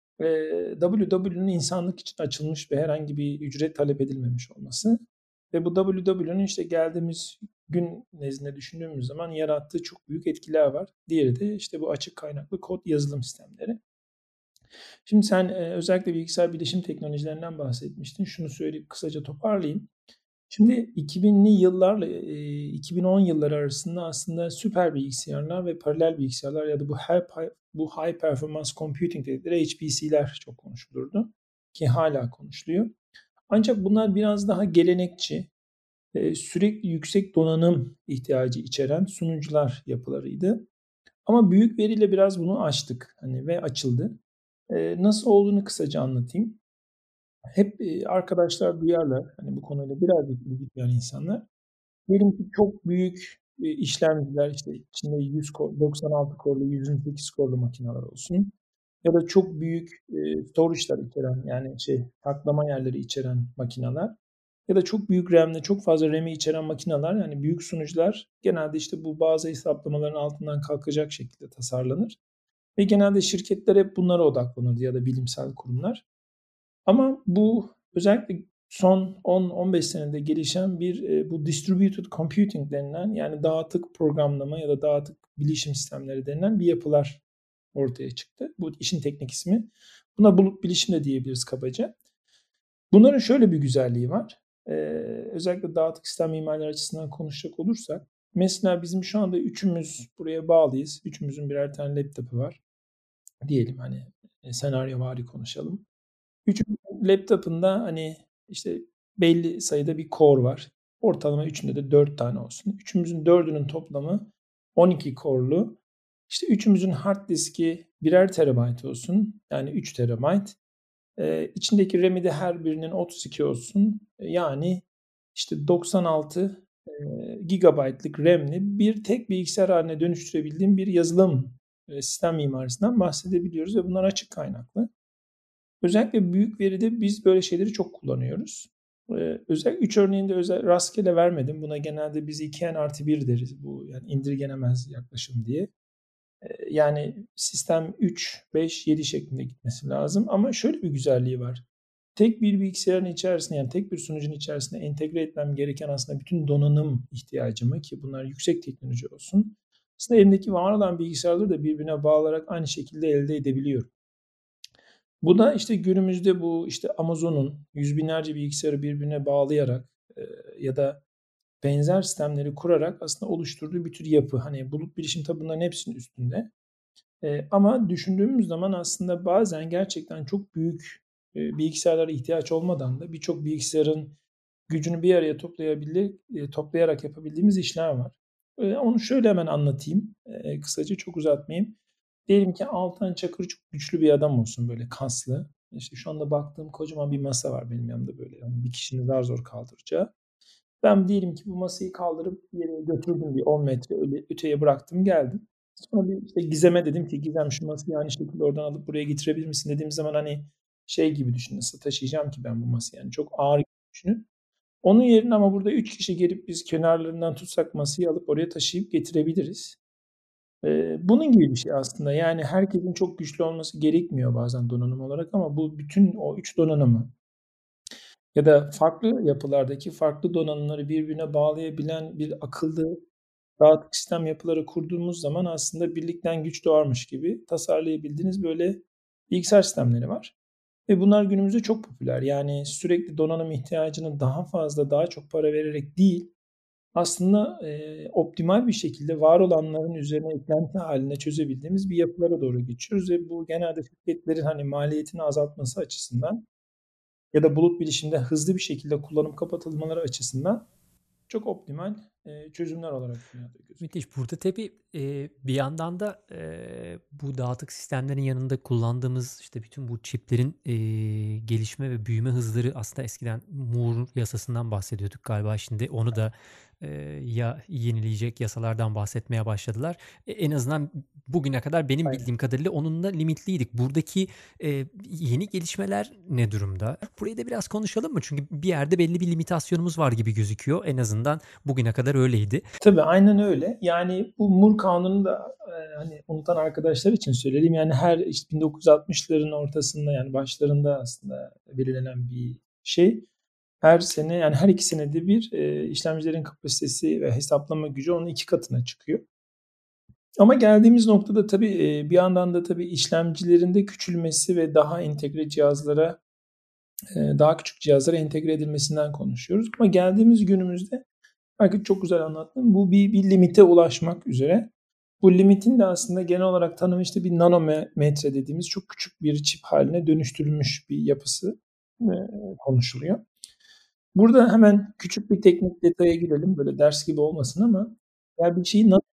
Ve W W'nin insanlık için açılmış ve herhangi bir ücret talep edilmemiş olması. Ve bu W W'nin işte geldiğimiz gün nezdinde düşündüğümüz zaman yarattığı çok büyük etkiler var. Diğeri de işte bu açık kaynaklı kod yazılım sistemleri. Şimdi sen e, özellikle bilgisayar bilişim teknolojilerinden bahsetmiştin. Şunu söyleyip kısaca toparlayayım. Şimdi iki binli yıllarla e, iki bin on yılları arasında aslında süper bilgisayarlar ve paralel bilgisayarlar ya da bu high, bu high performance computing dedikleri H P C'ler çok konuşulurdu ki hala konuşuluyor. Ancak bunlar biraz daha gelenekçi, e, sürekli yüksek donanım ihtiyacı içeren sunucular yapılarıydı. Ama büyük veriyle biraz bunu aştık hani ve açıldı. E, nasıl olduğunu kısaca anlatayım. Hep e, arkadaşlar duyarlar hani bu konuyla birazcık ilgi duyan insanlar. Diyelim ki çok büyük e, işlemciler işte içinde yüz kor, doksan altı korlu, yüz yirmi sekiz korlu makineler olsun. Ya da çok büyük e, storage'lar içeren yani şey saklama yerleri içeren makineler. Ya da çok büyük RAM'le çok fazla RAM'i içeren makineler yani büyük sunucular genelde işte bu bazı hesaplamaların altından kalkacak şekilde tasarlanır. Ve genelde şirketler hep bunlara odaklanır ya da bilimsel kurumlar. Ama bu özellikle son on on beş senede gelişen bir e, bu distributed computing denilen yani dağıtık programlama ya da dağıtık bilişim sistemleri denilen bir yapılar ortaya çıktı. Bu işin teknik ismi. Buna bulut bilişim de diyebiliriz kabaca. Bunların şöyle bir güzelliği var. Ee, özellikle dağıtık sistem mimarları açısından konuşacak olursak mesela bizim şu anda üçümüz buraya bağlıyız. Üçümüzün birer tane laptopu var. Diyelim hani e, senaryovari konuşalım. Üçümüzün laptopunda hani işte belli sayıda bir core var. Ortalama üçünde de dört tane olsun. Üçümüzün dördünün toplamı on iki core'lu. İşte üçümüzün hard diski birer terabayt olsun. Yani üç terabayt. Ee, içindeki RAM'i de her birinin otuz iki olsun. Ee, yani işte doksan altı e, gigabaytlık RAM'li bir tek bilgisayar haline dönüştürebildiğim bir yazılım e, sistem mimarisinden bahsedebiliyoruz ve bunlar açık kaynaklı. Özellikle büyük veride biz böyle şeyleri çok kullanıyoruz. Ee, özellikle üç örneğinde özel rastgele vermedim. Buna genelde biz iki n artı bir deriz. Bu yani indirgenemez yaklaşım diye. Ee, yani sistem üç, beş, yedi şeklinde gitmesi lazım. Ama şöyle bir güzelliği var. Tek bir bilgisayarın içerisinde yani tek bir sunucunun içerisinde entegre etmem gereken aslında bütün donanım ihtiyacımı ki bunlar yüksek teknoloji olsun. Aslında elimdeki var olan bilgisayarları da birbirine bağlayarak aynı şekilde elde edebiliyorum. Bu da işte günümüzde bu işte Amazon'un yüz binlerce bilgisayarı birbirine bağlayarak e, ya da benzer sistemleri kurarak aslında oluşturduğu bir tür yapı. Hani bulut bilişim tabi bunların hepsinin üstünde. E, ama düşündüğümüz zaman aslında bazen gerçekten çok büyük e, bilgisayarlara ihtiyaç olmadan da birçok bilgisayarın gücünü bir araya toplayabilir, e, toplayarak yapabildiğimiz işler var. E, onu şöyle hemen anlatayım. E, kısaca çok uzatmayayım. Diyelim ki Altan Çakır çok güçlü bir adam olsun böyle kaslı. İşte şu anda baktığım kocaman bir masa var benim yanımda böyle. Yani bir kişinin zar zor kaldıracağı. Ben diyelim ki bu masayı kaldırıp yere götürdüm bir on metre öyle öteye bıraktım geldim. Sonra bir işte Gizem'e dedim ki Gizem şu masayı aynı şekilde oradan alıp buraya getirebilir misin dediğim zaman hani şey gibi düşünün nasıl taşıyacağım ki ben bu masayı yani çok ağır gibi düşünün. Onun yerine ama burada üç kişi gelip biz kenarlarından tutsak masayı alıp oraya taşıyıp getirebiliriz. Ee, bunun gibi bir şey aslında. Yani herkesin çok güçlü olması gerekmiyor bazen donanım olarak ama bu bütün o üç donanımı ya da farklı yapılardaki farklı donanımları birbirine bağlayabilen bir akıllı dağıtık sistem yapıları kurduğumuz zaman aslında birlikten güç doğarmış gibi tasarlayabildiğiniz böyle bilgisayar sistemleri var. Ve bunlar günümüzde çok popüler. Yani sürekli donanım ihtiyacını daha fazla, daha çok para vererek değil, aslında eee, optimal bir şekilde var olanların üzerine eklenti halinde çözebildiğimiz bir yapılara doğru geçiyoruz ve bu genelde şirketlerin hani maliyetini azaltması açısından ya da bulut bilişimde hızlı bir şekilde kullanım kapatılmaları açısından çok optimal eee, çözümler olarak dünyada gözüküyor. Müthiş. Burada tabii, eee, bir yandan da, eee, bu dağıtık sistemlerin yanında kullandığımız, işte, bütün bu çiplerin, eee, gelişme ve büyüme hızları aslında eskiden Moore yasasından bahsediyorduk galiba. Şimdi onu da, eee, ya yenileyecek yasalardan bahsetmeye başladılar. E, en azından bugüne kadar benim Aynen. bildiğim kadarıyla onunla limitliydik. Buradaki, eee, yeni gelişmeler ne durumda? Burayı da biraz konuşalım mı? Çünkü bir yerde belli bir limitasyonumuz var gibi gözüküyor. En azından bugüne kadar öyleydi. Tabii aynen öyle. Yani bu Moore Kanunu'nu da e, hani unutan arkadaşlar için söyleyelim. Yani her işte bin dokuz yüz altmışların ortasında yani başlarında aslında belirlenen bir şey. Her sene yani her iki senede bir e, işlemcilerin kapasitesi ve hesaplama gücü onun iki katına çıkıyor. Ama geldiğimiz noktada tabii e, bir yandan da tabii işlemcilerin de küçülmesi ve daha entegre cihazlara e, daha küçük cihazlara entegre edilmesinden konuşuyoruz. Ama geldiğimiz günümüzde belki çok güzel anlattın. Bu bir, bir limite ulaşmak üzere. Bu limitin de aslında genel olarak tanımı işte bir nanometre dediğimiz çok küçük bir çip haline dönüştürülmüş bir yapısı e, konuşuluyor. Burada hemen küçük bir teknik detaya girelim. Böyle ders gibi olmasın ama ya bir şeyi nano,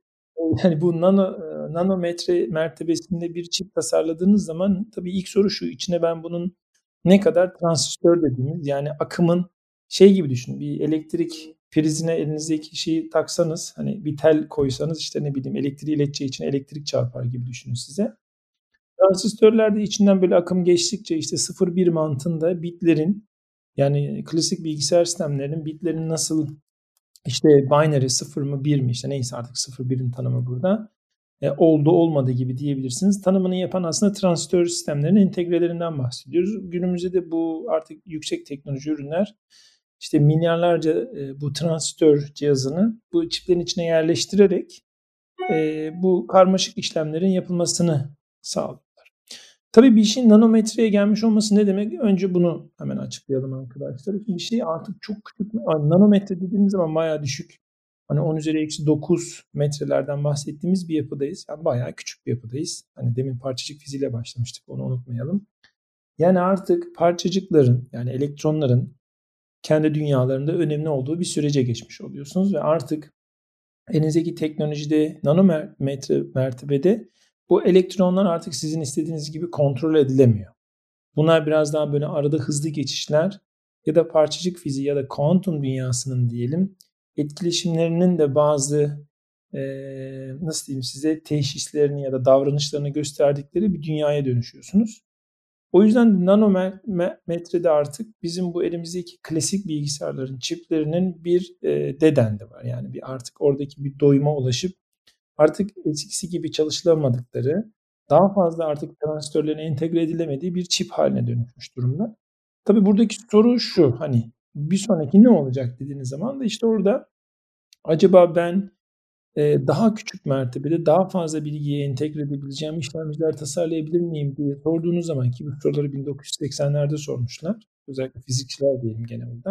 yani bu nano e, nanometre mertebesinde bir çip tasarladığınız zaman tabii ilk soru şu: içine ben bunun ne kadar transistör dediğimiz yani akımın şey gibi düşünün. Bir elektrik prizine elinizdeki şeyi taksanız hani bir tel koysanız işte ne bileyim elektriği ileteceği için elektrik çarpar gibi düşünün size. Transistörlerde içinden böyle akım geçtikçe işte sıfır bir mantığında bitlerin yani klasik bilgisayar sistemlerinin bitlerin nasıl işte binary sıfır mı bir mi işte neyse artık sıfır birin tanımı burada e, oldu olmadı gibi diyebilirsiniz. Tanımını yapan aslında transistör sistemlerinin entegrelerinden bahsediyoruz. Günümüzde de bu artık yüksek teknoloji ürünler işte milyarlarca e, bu transistör cihazını bu çiplerin içine yerleştirerek e, bu karmaşık işlemlerin yapılmasını sağlıyor. Tabii bir işin nanometreye gelmiş olması ne demek? Önce bunu hemen açıklayalım arkadaşlar. Bir şey artık çok küçük. Yani nanometre dediğimiz zaman bayağı düşük. Hani on üzeri eksi dokuz metrelerden bahsettiğimiz bir yapıdayız. Yani bayağı küçük bir yapıdayız. Hani demin parçacık fiziğiyle başlamıştık. Onu unutmayalım. Yani artık parçacıkların yani elektronların kendi dünyalarında önemli olduğu bir sürece geçmiş oluyorsunuz. Ve artık elinizdeki teknolojide nanometre mertebede bu elektronlar artık sizin istediğiniz gibi kontrol edilemiyor. Bunlar biraz daha böyle arada hızlı geçişler ya da parçacık fiziği ya da kuantum dünyasının diyelim etkileşimlerinin de bazı e, nasıl diyeyim size teşhislerini ya da davranışlarını gösterdikleri bir dünyaya dönüşüyorsunuz. O yüzden nanometrede artık bizim bu elimizdeki klasik bilgisayarların çiplerinin bir e, dedendi var. Yani bir artık oradaki bir doyuma ulaşıp artık eskisi gibi çalışılamadıkları, daha fazla artık transistörlerin entegre edilemediği bir çip haline dönüşmüş durumda. Tabii buradaki soru şu, hani bir sonraki ne olacak dediğiniz zaman da işte orada acaba ben e, daha küçük mertebede daha fazla bilgiye entegre edebileceğim işlemciler tasarlayabilir miyim diye sorduğunuz zaman ki bu soruları bin dokuz yüz seksenlerde sormuşlar. Özellikle fizikçiler diyelim genelde.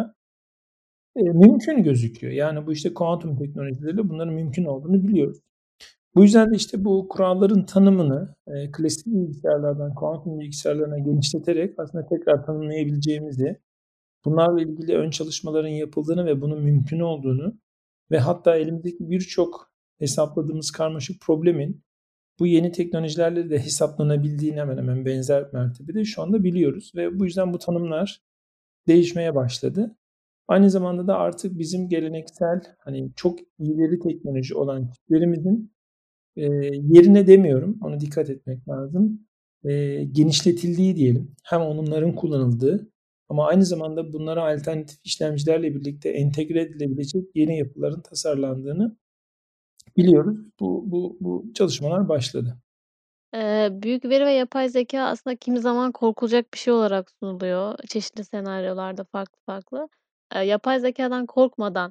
E, mümkün gözüküyor. Yani bu işte kuantum teknolojileriyle bunların mümkün olduğunu biliyoruz. Bu yüzden de işte bu kuralların tanımını e, klasik bilgisayarlardan kuantum bilgisayarlarına genişleterek aslında tekrar tanımlayabileceğimizi, bunlarla ilgili ön çalışmaların yapıldığını ve bunun mümkün olduğunu ve hatta elimizdeki birçok hesapladığımız karmaşık problemin bu yeni teknolojilerle de hesaplanabildiğini hemen hemen benzer mertebede şu anda biliyoruz ve bu yüzden bu tanımlar değişmeye başladı. Aynı zamanda da artık bizim geleneksel hani çok ileri teknoloji olan çiplerimizin e, yerine demiyorum, ona dikkat etmek lazım. E, genişletildiği diyelim. Hem onların kullanıldığı ama aynı zamanda bunlara alternatif işlemcilerle birlikte entegre edilebilecek yeni yapıların tasarlandığını biliyoruz. Bu, bu, bu çalışmalar başladı. Eee, büyük veri ve yapay zeka aslında kimi zaman korkulacak bir şey olarak sunuluyor çeşitli senaryolarda farklı farklı. Eee, yapay zekâdan korkmadan,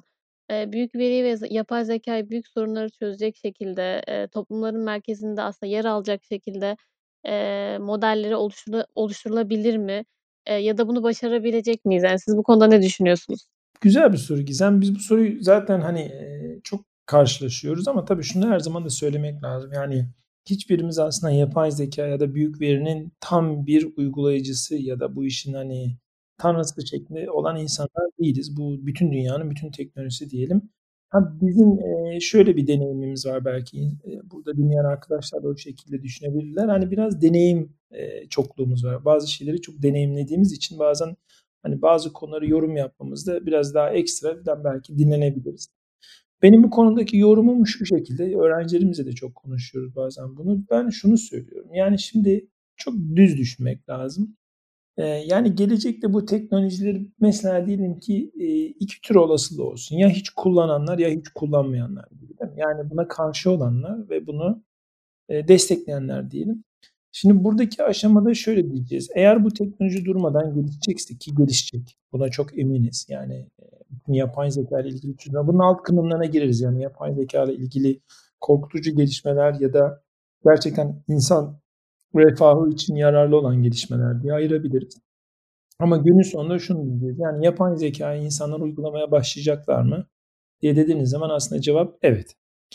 eee, büyük veri ve z yapay zekâyı büyük sorunları çözecek şekilde, eee, toplumların merkezinde aslında yer alacak şekilde, eee, modelleri oluşturu oluşturulabilir mi? Eee, ya da bunu başarabilecek miyiz? Yani siz bu konuda ne düşünüyorsunuz? Güzel bir soru Gizem. Biz bu soruyu zaten, hani, eee, çok karşılaşıyoruz ama tabii şunu her zaman da söylemek lazım. Yani hiçbirimiz aslında yapay zekâ ya da büyük verinin tam bir uygulayıcısı ya da bu işin, hani, tanrısı şeklinde olan insanlar değiliz. Bu bütün dünyanın bütün teknolojisi diyelim. Ha, bizim, eee, şöyle bir deneyimimiz var belki, eee, burada dinleyen arkadaşlar da o şekilde düşünebilirler. Hani biraz deneyim, eee, çokluğumuz var. Bazı şeyleri çok deneyimlediğimiz için bazen, hani, bazı konuları yorum yapmamızda biraz daha ekstradan belki dinlenebiliriz. Benim bu konudaki yorumum şu şekilde, öğrencilerimizle de çok konuşuyoruz bazen bunu. Ben şunu söylüyorum, yani şimdi çok düz düşünmek lazım. Eee, yani gelecekte bu teknolojileri mesela diyelim ki, eee, iki tür olasılığı olsun. Ya hiç kullananlar ya hiç kullanmayanlar gibi, değil mi? Yani buna karşı olanlar ve bunu, eee, destekleyenler diyelim. Şimdi buradaki aşamada şöyle diyeceğiz. Eğer bu teknoloji durmadan gelişecekse ki gelişecek, buna çok eminiz. Yani, eee, bütün yapay zekâ ile ilgili bunun alt kısımlarına gireriz. Yani yapay zekâ ile ilgili korkutucu gelişmeler ya da gerçekten insan refahı için yararlı olan gelişmeler diye ayırabiliriz. Ama günün sonunda şunu diyeceğiz. Yani yapay zekâyı insanlar uygulamaya başlayacaklar mı diye dediğiniz zaman aslında cevap evet.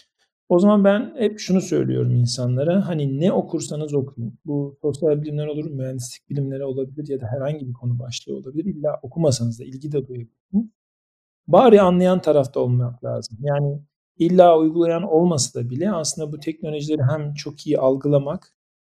O zaman ben hep şunu söylüyorum insanlara, hani ne okursanız okuyun. Bu sosyal bilimler olur, mühendislik bilimleri olabilir ya da herhangi bir konu başlığı olabilir. İlla okumasanız da ilgi de duyabilirsiniz. Bari anlayan tarafta olmak lazım. Yani illa uygulayan olmasa da bile aslında bu teknolojileri hem çok iyi algılamak,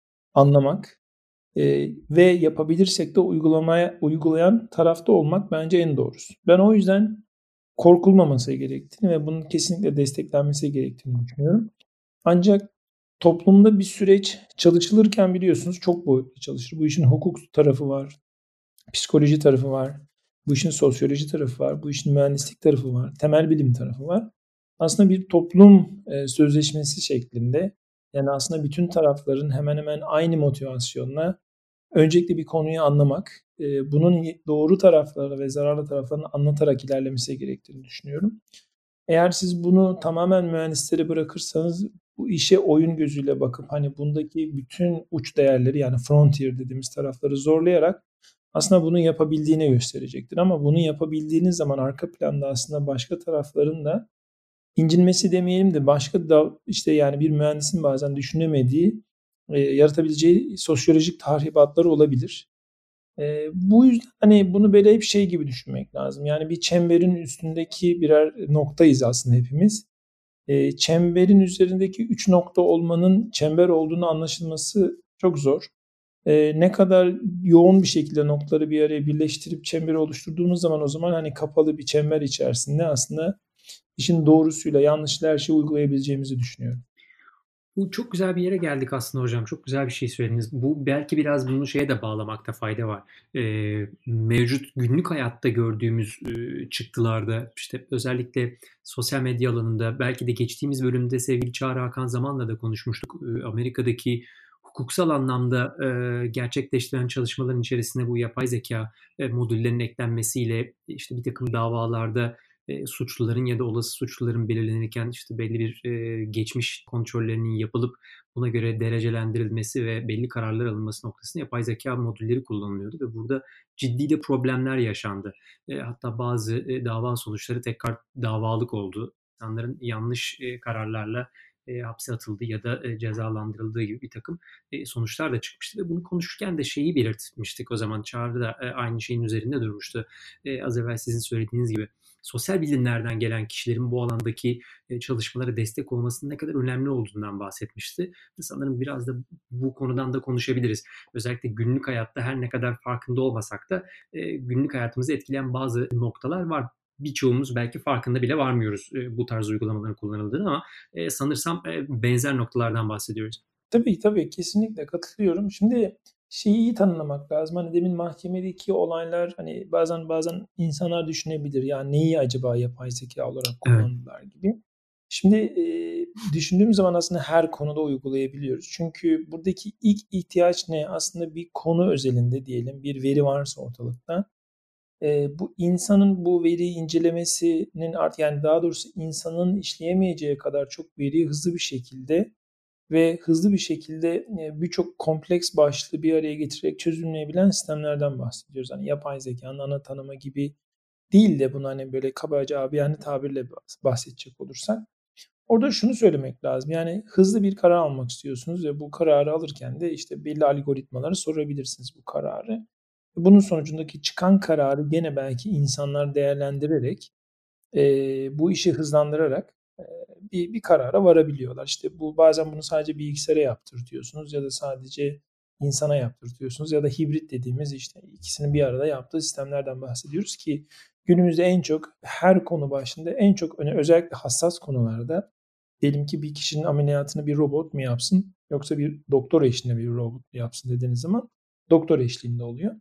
anlamak eee, ve yapabilirsek de uygulamaya uygulayan tarafta olmak bence en doğrusu. Ben o yüzden korkulmaması gerektiğini ve bunun kesinlikle desteklenmesi gerektiğini düşünüyorum. Ancak toplumda bir süreç çalışılırken biliyorsunuz çok boyutlu çalışır. Bu işin hukuk tarafı var, psikoloji tarafı var, bu işin sosyoloji tarafı var, bu işin mühendislik tarafı var, temel bilim tarafı var. Aslında bir toplum eee, sözleşmesi şeklinde, yani aslında bütün tarafların hemen hemen aynı motivasyonla öncelikle bir konuyu anlamak, eee, bunun doğru taraflarını ve zararlı taraflarını anlatarak ilerlemesi gerektiğini düşünüyorum. Eğer siz bunu tamamen mühendislere bırakırsanız bu işe oyun gözüyle bakıp hani bundaki bütün uç değerleri yani frontier dediğimiz tarafları zorlayarak aslında bunu yapabildiğini gösterecektir. Ama bunu yapabildiğiniz zaman arka planda aslında başka tarafların da incinmesi demeyelim de başka da işte yani bir mühendisin bazen düşünemediği, e, yaratabileceği sosyolojik tahribatları olabilir. Eee, bu yüzden, hani, bunu böyle hep şey gibi düşünmek lazım. Yani bir çemberin üstündeki birer noktayız aslında hepimiz. Eee, çemberin üzerindeki üç nokta olmanın çember olduğunu anlaşılması çok zor. Eee, ne kadar yoğun bir şekilde noktaları bir araya birleştirip çemberi oluşturduğumuz zaman o zaman, hani, kapalı bir çember içerisinde aslında işin doğrusuyla yanlışıyla her şeyi uygulayabileceğimizi düşünüyorum. Bu çok güzel bir yere geldik aslında hocam. Çok güzel bir şey söylediniz. Bu belki biraz bunu şeye de bağlamakta fayda var. Eee, mevcut günlük hayatta gördüğümüz, eee, çıktılarda, işte, özellikle sosyal medya alanında belki de geçtiğimiz bölümde sevgili Çağrı Hakan Zaman'la da konuşmuştuk. Eee, Amerika'daki hukuksal anlamda, eee, gerçekleştirilen çalışmaların içerisinde bu yapay zekâ, eee, modüllerinin eklenmesiyle, işte, birtakım davalarda eee, suçluların ya da olası suçluların belirlenirken işte belli bir eee, geçmiş kontrollerinin yapılıp buna göre derecelendirilmesi ve belli kararlar alınması noktasında yapay zeka modülleri kullanılıyordu ve burada ciddi de problemler yaşandı. Eee, hatta bazı eee, dava sonuçları tekrar davalık oldu. İnsanların yanlış eee, kararlarla eee, hapse atıldığı ya da eee, cezalandırıldığı gibi bir takım eee, sonuçlar da çıkmıştı ve bunu konuşurken de şeyi belirtmiştik o zaman. Çağrı da eee, aynı şeyin üzerinde durmuştu. Eee, az evvel sizin söylediğiniz gibi sosyal bilimlerden gelen kişilerin bu alandaki e, çalışmalara destek olmasının ne kadar önemli olduğundan bahsetmişti. Sanırım biraz da bu konudan da konuşabiliriz. Özellikle günlük hayatta her ne kadar farkında olmasak da e, günlük hayatımızı etkileyen bazı noktalar var. Birçoğumuz belki farkında bile varmıyoruz e, bu tarz uygulamaların kullanıldığını ama e, sanırsam e, benzer noktalardan bahsediyoruz. Tabii, tabii, kesinlikle katılıyorum. Şimdi şeyi iyi tanımlamak lazım. Hani demin mahkemedeki olaylar, hani bazen bazen insanlar düşünebilir. Ya neyi acaba yapay zeka olarak Evet. kullandılar gibi. Şimdi eee, düşündüğümüz zaman aslında her konuda uygulayabiliyoruz. Çünkü buradaki ilk ihtiyaç ne? Aslında bir konu özelinde diyelim bir veri varsa ortalıkta Eee, bu insanın bu veriyi incelemesinin artık yani daha doğrusu insanın işleyemeyeceği kadar çok veriyi hızlı bir şekilde ve hızlı bir şekilde eee, birçok kompleks başlığı bir araya getirerek çözümleyebilen sistemlerden bahsediyoruz. Hani yapay zekanın ana tanımı gibi değil de bunu hani böyle kabaca abiyane tabirle bahs- bahsedecek olursak. Orada şunu söylemek lazım. Yani hızlı bir karar almak istiyorsunuz ve bu kararı alırken de işte belli algoritmalara sorabilirsiniz bu kararı. Bunun sonucundaki çıkan kararı gene belki insanlar değerlendirerek eee, bu işi hızlandırarak eee, bir, bir karara varabiliyorlar. İşte bu bazen bunu sadece bilgisayara yaptırtıyorsunuz ya da sadece insana yaptırtıyorsunuz ya da hibrit dediğimiz işte ikisini bir arada yaptığı sistemlerden bahsediyoruz ki günümüzde en çok her konu başında en çok öne özellikle hassas konularda diyelim ki bir kişinin ameliyatını bir robot mu yapsın yoksa bir doktor eşliğinde bir robot mu yapsın dediğiniz zaman doktor eşliğinde oluyor.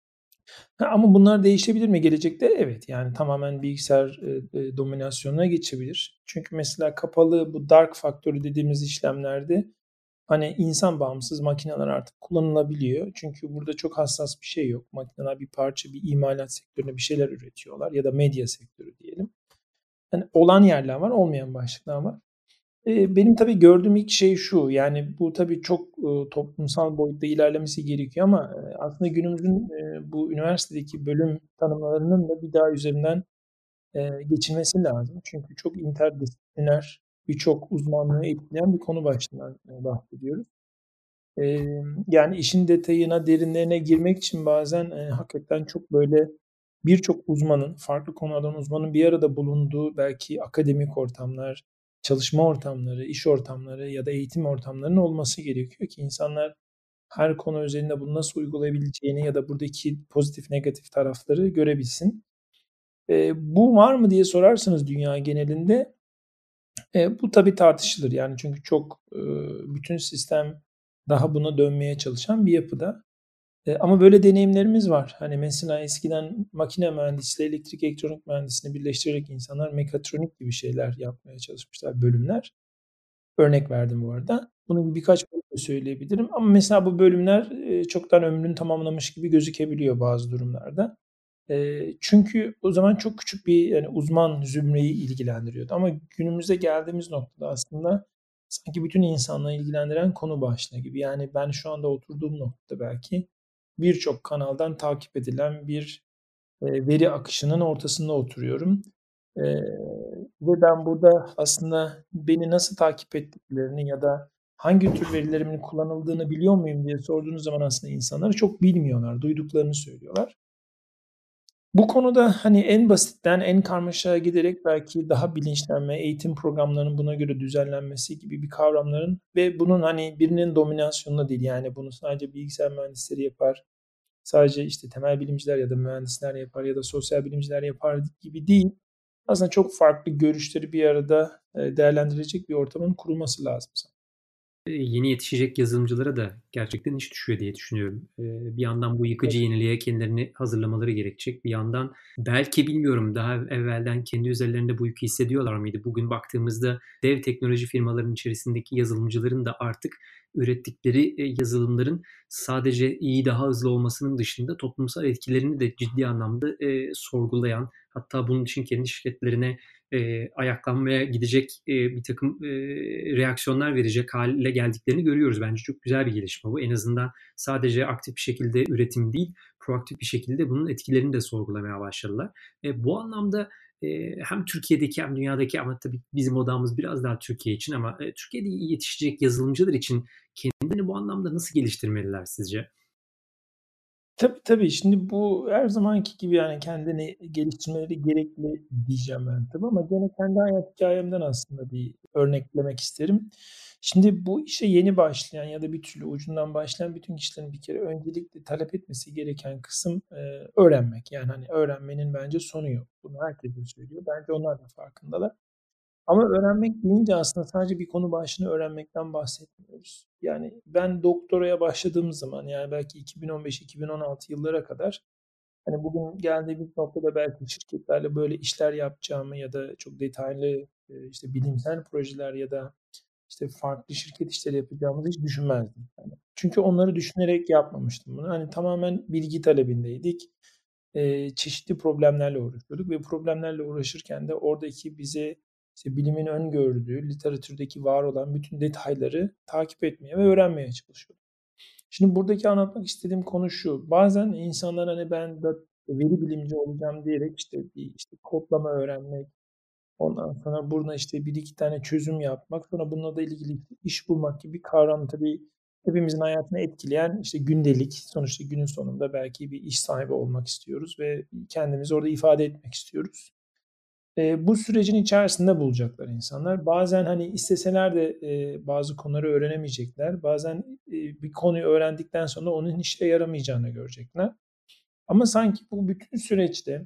Ha, ama bunlar değişebilir mi gelecekte? Evet, yani tamamen bilgisayar e, e, dominasyonuna geçebilir. Çünkü mesela kapalı bu dark faktörü dediğimiz işlemlerde hani insan bağımsız makineler artık kullanılabiliyor. Çünkü burada çok hassas bir şey yok. Makineler bir parça, bir imalat sektöründe bir şeyler üretiyorlar ya da medya sektörü diyelim. Yani olan yerler var, olmayan başlıklar var. Eee, benim tabii gördüğüm ilk şey şu, yani bu tabii çok, ııı, toplumsal boyutta ilerlemesi gerekiyor ama, eee, aslında günümüzün, eee, bu üniversitedeki bölüm tanımlarının da bir daha üzerinden, eee, geçilmesi lazım. Çünkü çok interdisipliner, birçok uzmanlığı etkileyen bir konu başlığından, eee, bahsediyoruz. Emm, yani işin detayına, derinlerine girmek için bazen, eee, hakikaten çok böyle birçok uzmanın, farklı konulardan uzmanın bir arada bulunduğu belki akademik ortamlar, çalışma ortamları, iş ortamları ya da eğitim ortamlarının olması gerekiyor ki insanlar her konu üzerinde bunu nasıl uygulayabileceğini ya da buradaki pozitif negatif tarafları görebilsin. Eee, bu var mı diye sorarsanız dünya genelinde, eee, bu tabii tartışılır. Yani çünkü çok, ııı, bütün sistem daha buna dönmeye çalışan bir yapıda. Eee, ama böyle deneyimlerimiz var. Hani mesela eskiden makine mühendisliği, elektrik elektronik mühendisliğini birleştirerek insanlar mekatronik gibi şeyler yapmaya çalışmışlar, bölümler. Örnek verdim bu arada. Bunun gibi birkaç bölüm de söyleyebilirim ama mesela bu bölümler, eee, çoktan ömrünü tamamlamış gibi gözükebiliyor bazı durumlarda. Eee, çünkü o zaman çok küçük bir, yani, uzman zümreyi ilgilendiriyordu ama günümüze geldiğimiz noktada aslında sanki bütün insanlığı ilgilendiren konu başlığı gibi. Yani, ben şu anda oturduğum noktada belki birçok kanaldan takip edilen bir, eee, veri akışının ortasında oturuyorum. Eee, ve ben burada aslında beni nasıl takip ettiklerini ya da hangi tür verilerimin kullanıldığını biliyor muyum diye sorduğunuz zaman aslında insanlar çok bilmiyorlar, duyduklarını söylüyorlar. Bu konuda, hani, en basitten en karmaşaya giderek belki daha bilinçlenme, eğitim programlarının buna göre düzenlenmesi gibi bir kavramların ve bunun, hani, birinin dominasyonunda değil, yani, bunu sadece bilgisayar mühendisleri yapar, sadece, işte, temel bilimciler ya da mühendisler yapar ya da sosyal bilimciler yapar gibi değil. Aslında çok farklı görüşleri bir arada, eee, değerlendirecek bir ortamın kurulması lazım sanırım. Eee, yeni yetişecek yazılımcılara da gerçekten iş düşüyor diye düşünüyorum. Eee, bir yandan bu yıkıcı yeniliğe kendilerini hazırlamaları gerekecek. Bir yandan belki bilmiyorum daha evvelden kendi üzerlerinde bu yükü hissediyorlar mıydı? Bugün baktığımızda dev teknoloji firmalarının içerisindeki yazılımcıların da artık ürettikleri, eee, yazılımların sadece iyi, daha hızlı olmasının dışında toplumsal etkilerini de ciddi anlamda, eee, sorgulayan, hatta bunun için kendi şirketlerine eee, ayaklanmaya gidecek, eee, birtakım, eee, reaksiyonlar verecek hâle geldiklerini görüyoruz. Bence çok güzel bir gelişme bu. En azından sadece aktif bir şekilde üretim değil, proaktif bir şekilde bunun etkilerini de sorgulamaya başladılar. Eee, bu anlamda, eee, hem Türkiye'deki hem dünyadaki ama tabii bizim odağımız biraz daha Türkiye için ama, eee, Türkiye'de yetişecek yazılımcılar için kendilerini bu anlamda nasıl geliştirmeliler sizce? Tabii, tabii. Şimdi bu her zamanki gibi, yani, kendini geliştirmeleri gerekli diyeceğim ben tabii ama gene kendi hayat hikâyemden aslında bir örneklemek isterim. Şimdi bu işe yeni başlayan ya da bir türlü ucundan başlayan bütün kişilerin bir kere öncelikle talep etmesi gereken kısım, eee, öğrenmek. Yani, hani, öğrenmenin bence sonu yok. Bunu herkes de söylüyor. Bence onlar da farkındalar. Ama öğrenmek deyince aslında sadece bir konu başlığını öğrenmekten bahsetmiyoruz. Yani ben doktoraya başladığım zaman, yani belki iki bin on beş iki bin on altı yıllara kadar, hani bugün geldiğimiz noktada belki şirketlerle böyle işler yapacağımı ya da çok detaylı, eee, işte bilimsel projeler ya da işte farklı şirket işleri yapacağımızı hiç düşünmezdim. Hani çünkü onları düşünerek yapmamıştım bunu. Hani tamamen bilgi talebindeydik. eee, çeşitli problemlerle uğraşıyorduk ve problemlerle uğraşırken de oradaki bize işte bilimin öngördüğü, literatürdeki var olan bütün detayları takip etmeye ve öğrenmeye çalışıyorduk. Şimdi buradaki anlatmak istediğim konu şu: Bazen insanlar, hani, ben da veri bilimci olacağım diyerek, işte, bir, işte, kodlama öğrenmek, ondan sonra buna, işte, bir iki tane çözüm yapmak, sonra bununla da ilgili iş bulmak gibi kavram tabii hepimizin hayatını etkileyen, işte, gündelik, sonuçta günün sonunda belki bir iş sahibi olmak istiyoruz ve kendimizi orada ifade etmek istiyoruz. Eee, bu sürecin içerisinde bulacaklar insanlar. Bazen, hani, isteseler de, eee, bazı konuları öğrenemeyecekler. Bazen, eee, bir konuyu öğrendikten sonra onun işe yaramayacağını görecekler. Ama sanki bu bütün süreçte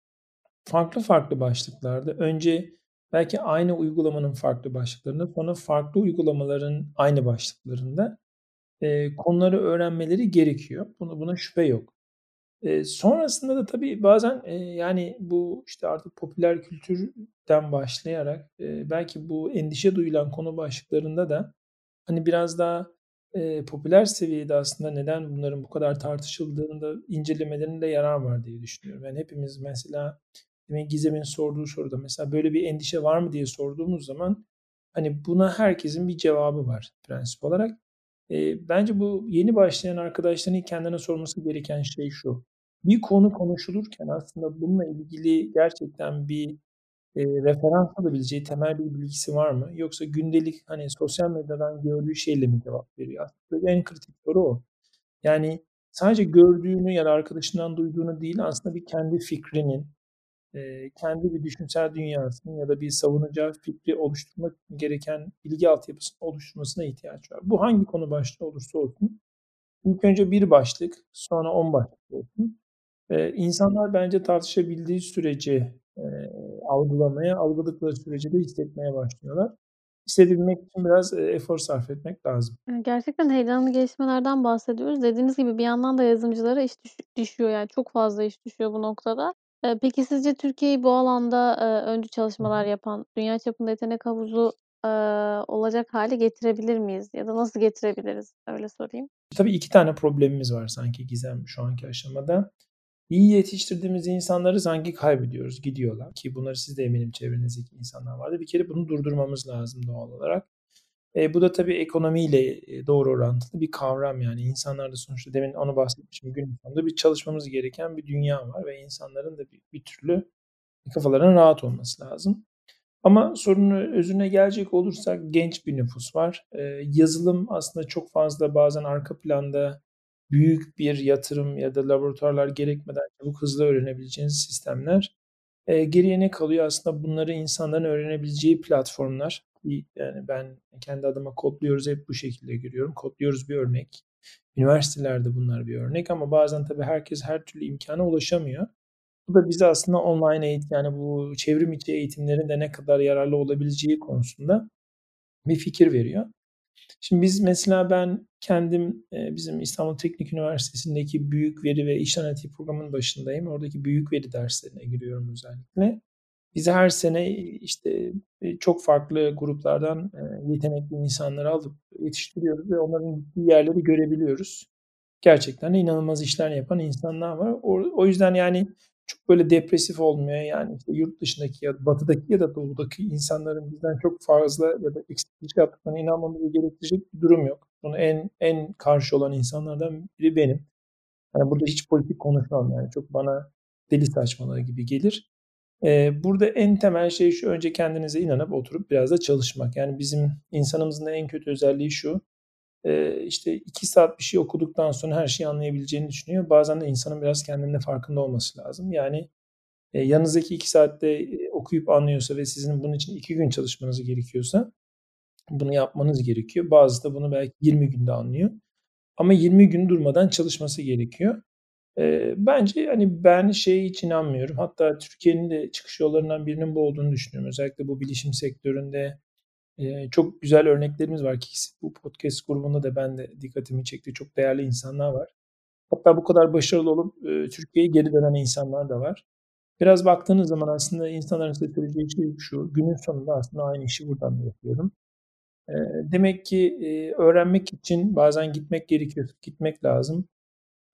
farklı farklı başlıklarda önce belki aynı uygulamanın farklı başlıklarında, sonra farklı uygulamaların aynı başlıklarında, eee, konuları öğrenmeleri gerekiyor. Buna buna şüphe yok. Eee, sonrasında da tabii bazen, eee, yani, bu, işte, artık popüler kültürden başlayarak, eee, belki bu endişe duyulan konu başlıklarında da, hani, biraz daha, eee, popüler seviyede aslında neden bunların bu kadar tartışıldığını da incelemelerinde yarar var diye düşünüyorum. Yani, hepimiz mesela demin Gizem'in sorduğu soruda mesela böyle bir endişe var mı diye sorduğumuz zaman, hani, buna herkesin bir cevabı var prensip olarak. Eee, bence bu yeni başlayan arkadaşların ilk kendine sorması gereken şey şu: Bir konu konuşulurken aslında bununla ilgili gerçekten bir, eee, referans alabileceği temel bir bilgisi var mı? Yoksa gündelik, hani, sosyal medyadan gördüğü şeyle mi cevap veriyor? Aslında en kritik soru o. Yani sadece gördüğünü ya da arkadaşından duyduğunu değil, aslında bir kendi fikrinin, eee, kendi bir düşünsel dünyasının ya da bir savunacağı fikri oluşturmak gereken bilgi altyapısını oluşturmasına ihtiyaç var. Bu hangi konu başlığı olursa olsun. İlk önce bir başlık, sonra on başlık olsun. Eee, insanlar bence tartışabildiği sürece, eee, algılamaya, algıladıkları sürece de hissetmeye başlıyorlar. Hissedebilmek için biraz, eee, efor sarf etmek lazım. Eee, gerçekten heyecanlı gelişmelerden bahsediyoruz. Dediğiniz gibi bir yandan da yazılımcılara iş düş düşüyor, yani çok fazla iş düşüyor bu noktada. Eee, peki sizce Türkiye'yi bu alanda, eee, öncü Hı hı. çalışmalar yapan, dünya çapında yetenek havuzu, eee, olacak hâle getirebilir miyiz ya da nasıl getirebiliriz? Öyle sorayım. Tabii iki tane problemimiz var sanki Gizem şu anki aşamada. İyi yetiştirdiğimiz insanları sanki kaybediyoruz, gidiyorlar ki bunları siz de eminim çevrenizdeki insanlar vardır. Bir kere bunu durdurmamız lazım doğal olarak. Eee, bu da tabii ekonomiyle, eee, doğru orantılı bir kavram yani. İnsanlar da sonuçta demin onu bahsetmiştim, günün sonunda bir çalışmamız gereken bir dünya var ve insanların da bir bir türlü kafalarının rahat olması lazım. Ama sorunun özüne gelecek olursak genç bir nüfus var. Eee, yazılım aslında çok fazla bazen arka planda büyük bir yatırım ya da laboratuvarlar gerekmeden çabuk hızlı öğrenebileceğiniz sistemler. Eee, geriye ne kalıyor? Aslında bunları insanların öğrenebileceği platformlar. İii, yani ben kendi adıma kodluyoruz hep bu şekilde görüyorum. Kodluyoruz bir örnek. Üniversitelerde bunlar bir örnek ama bazen tabii herkes her türlü imkâna ulaşamıyor. Bu da bize aslında online eğitim, yani bu çevrim içi eğitimlerin de ne kadar yararlı olabileceği konusunda bir fikir veriyor. Şimdi biz mesela ben kendim, eee, bizim İstanbul Teknik Üniversitesi'ndeki büyük veri ve iş analitiği programının başındayım. Oradaki büyük veri derslerine giriyorum özellikle. Biz her sene, eee, işte, eee, çok farklı gruplardan, eee, yetenekli insanları alıp yetiştiriyoruz ve onların gittiği yerleri görebiliyoruz. Gerçekten de inanılmaz işler yapan insanlar var. O o yüzden, yani, çok böyle depresif olmaya, yani, işte, yurt dışındaki ya da batıdaki ya da doğudaki insanların bizden çok fazla ya da eksik iş yaptıklarına inanmamızı gerektirecek bir durum yok. Buna en en karşı olan insanlardan biri benim. Yani, burada hiç politik konuşmam, yani, çok bana deli saçmalığı gibi gelir. Eee, burada en temel şey şu: Önce kendinize inanıp oturup biraz da çalışmak. Yani, bizim insanımızın da en kötü özelliği şu: Eee, işte iki saat bir şey okuduktan sonra her şeyi anlayabileceğini düşünüyor. Bazen de insanın biraz kendinin farkında olması lazım. Yani, eee, yanınızdaki iki saatte, eee, okuyup anlıyorsa ve sizin bunun için iki gün çalışmanız gerekiyorsa bunu yapmanız gerekiyor. Bazısı da bunu belki yirmi günde anlıyor ama yirmi gün durmadan çalışması gerekiyor. Eee, bence, hani, ben şeye hiç inanmıyorum. Hatta Türkiye'nin de çıkış yollarından birinin bu olduğunu düşünüyorum. Özellikle bu bilişim sektöründe, eee, çok güzel örneklerimiz var ki bu podcast grubunda da ben de dikkatimi çekti. Çok değerli insanlar var. Hatta bu kadar başarılı olup, eee, Türkiye'ye geri dönen insanlar da var. Biraz baktığınız zaman aslında insanların size söyleyeceği şey şu: Günün sonunda aslında aynı işi buradan da yapıyorum. Eee, demek ki, eee, öğrenmek için bazen gitmek gerekiyor, gitmek lazım.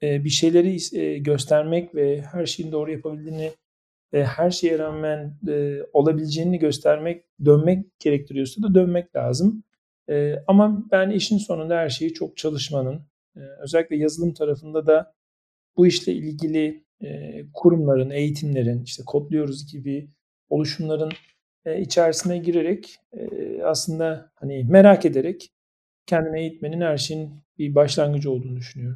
Eee, bir şeyleri is eee, göstermek ve her şeyin doğru yapabildiğini ve her şeye rağmen, eee, olabileceğini göstermek, dönmek gerektiriyorsa da dönmek lazım. Eee, ama ben işin sonunda her şeyi çok çalışmanın, eee, özellikle yazılım tarafında da bu işle ilgili, eee, kurumların, eğitimlerin, işte Kodluyoruz gibi oluşumların, eee, içerisine girerek, eee, aslında, hani, merak ederek kendini eğitmenin her şeyin bir başlangıcı olduğunu düşünüyorum.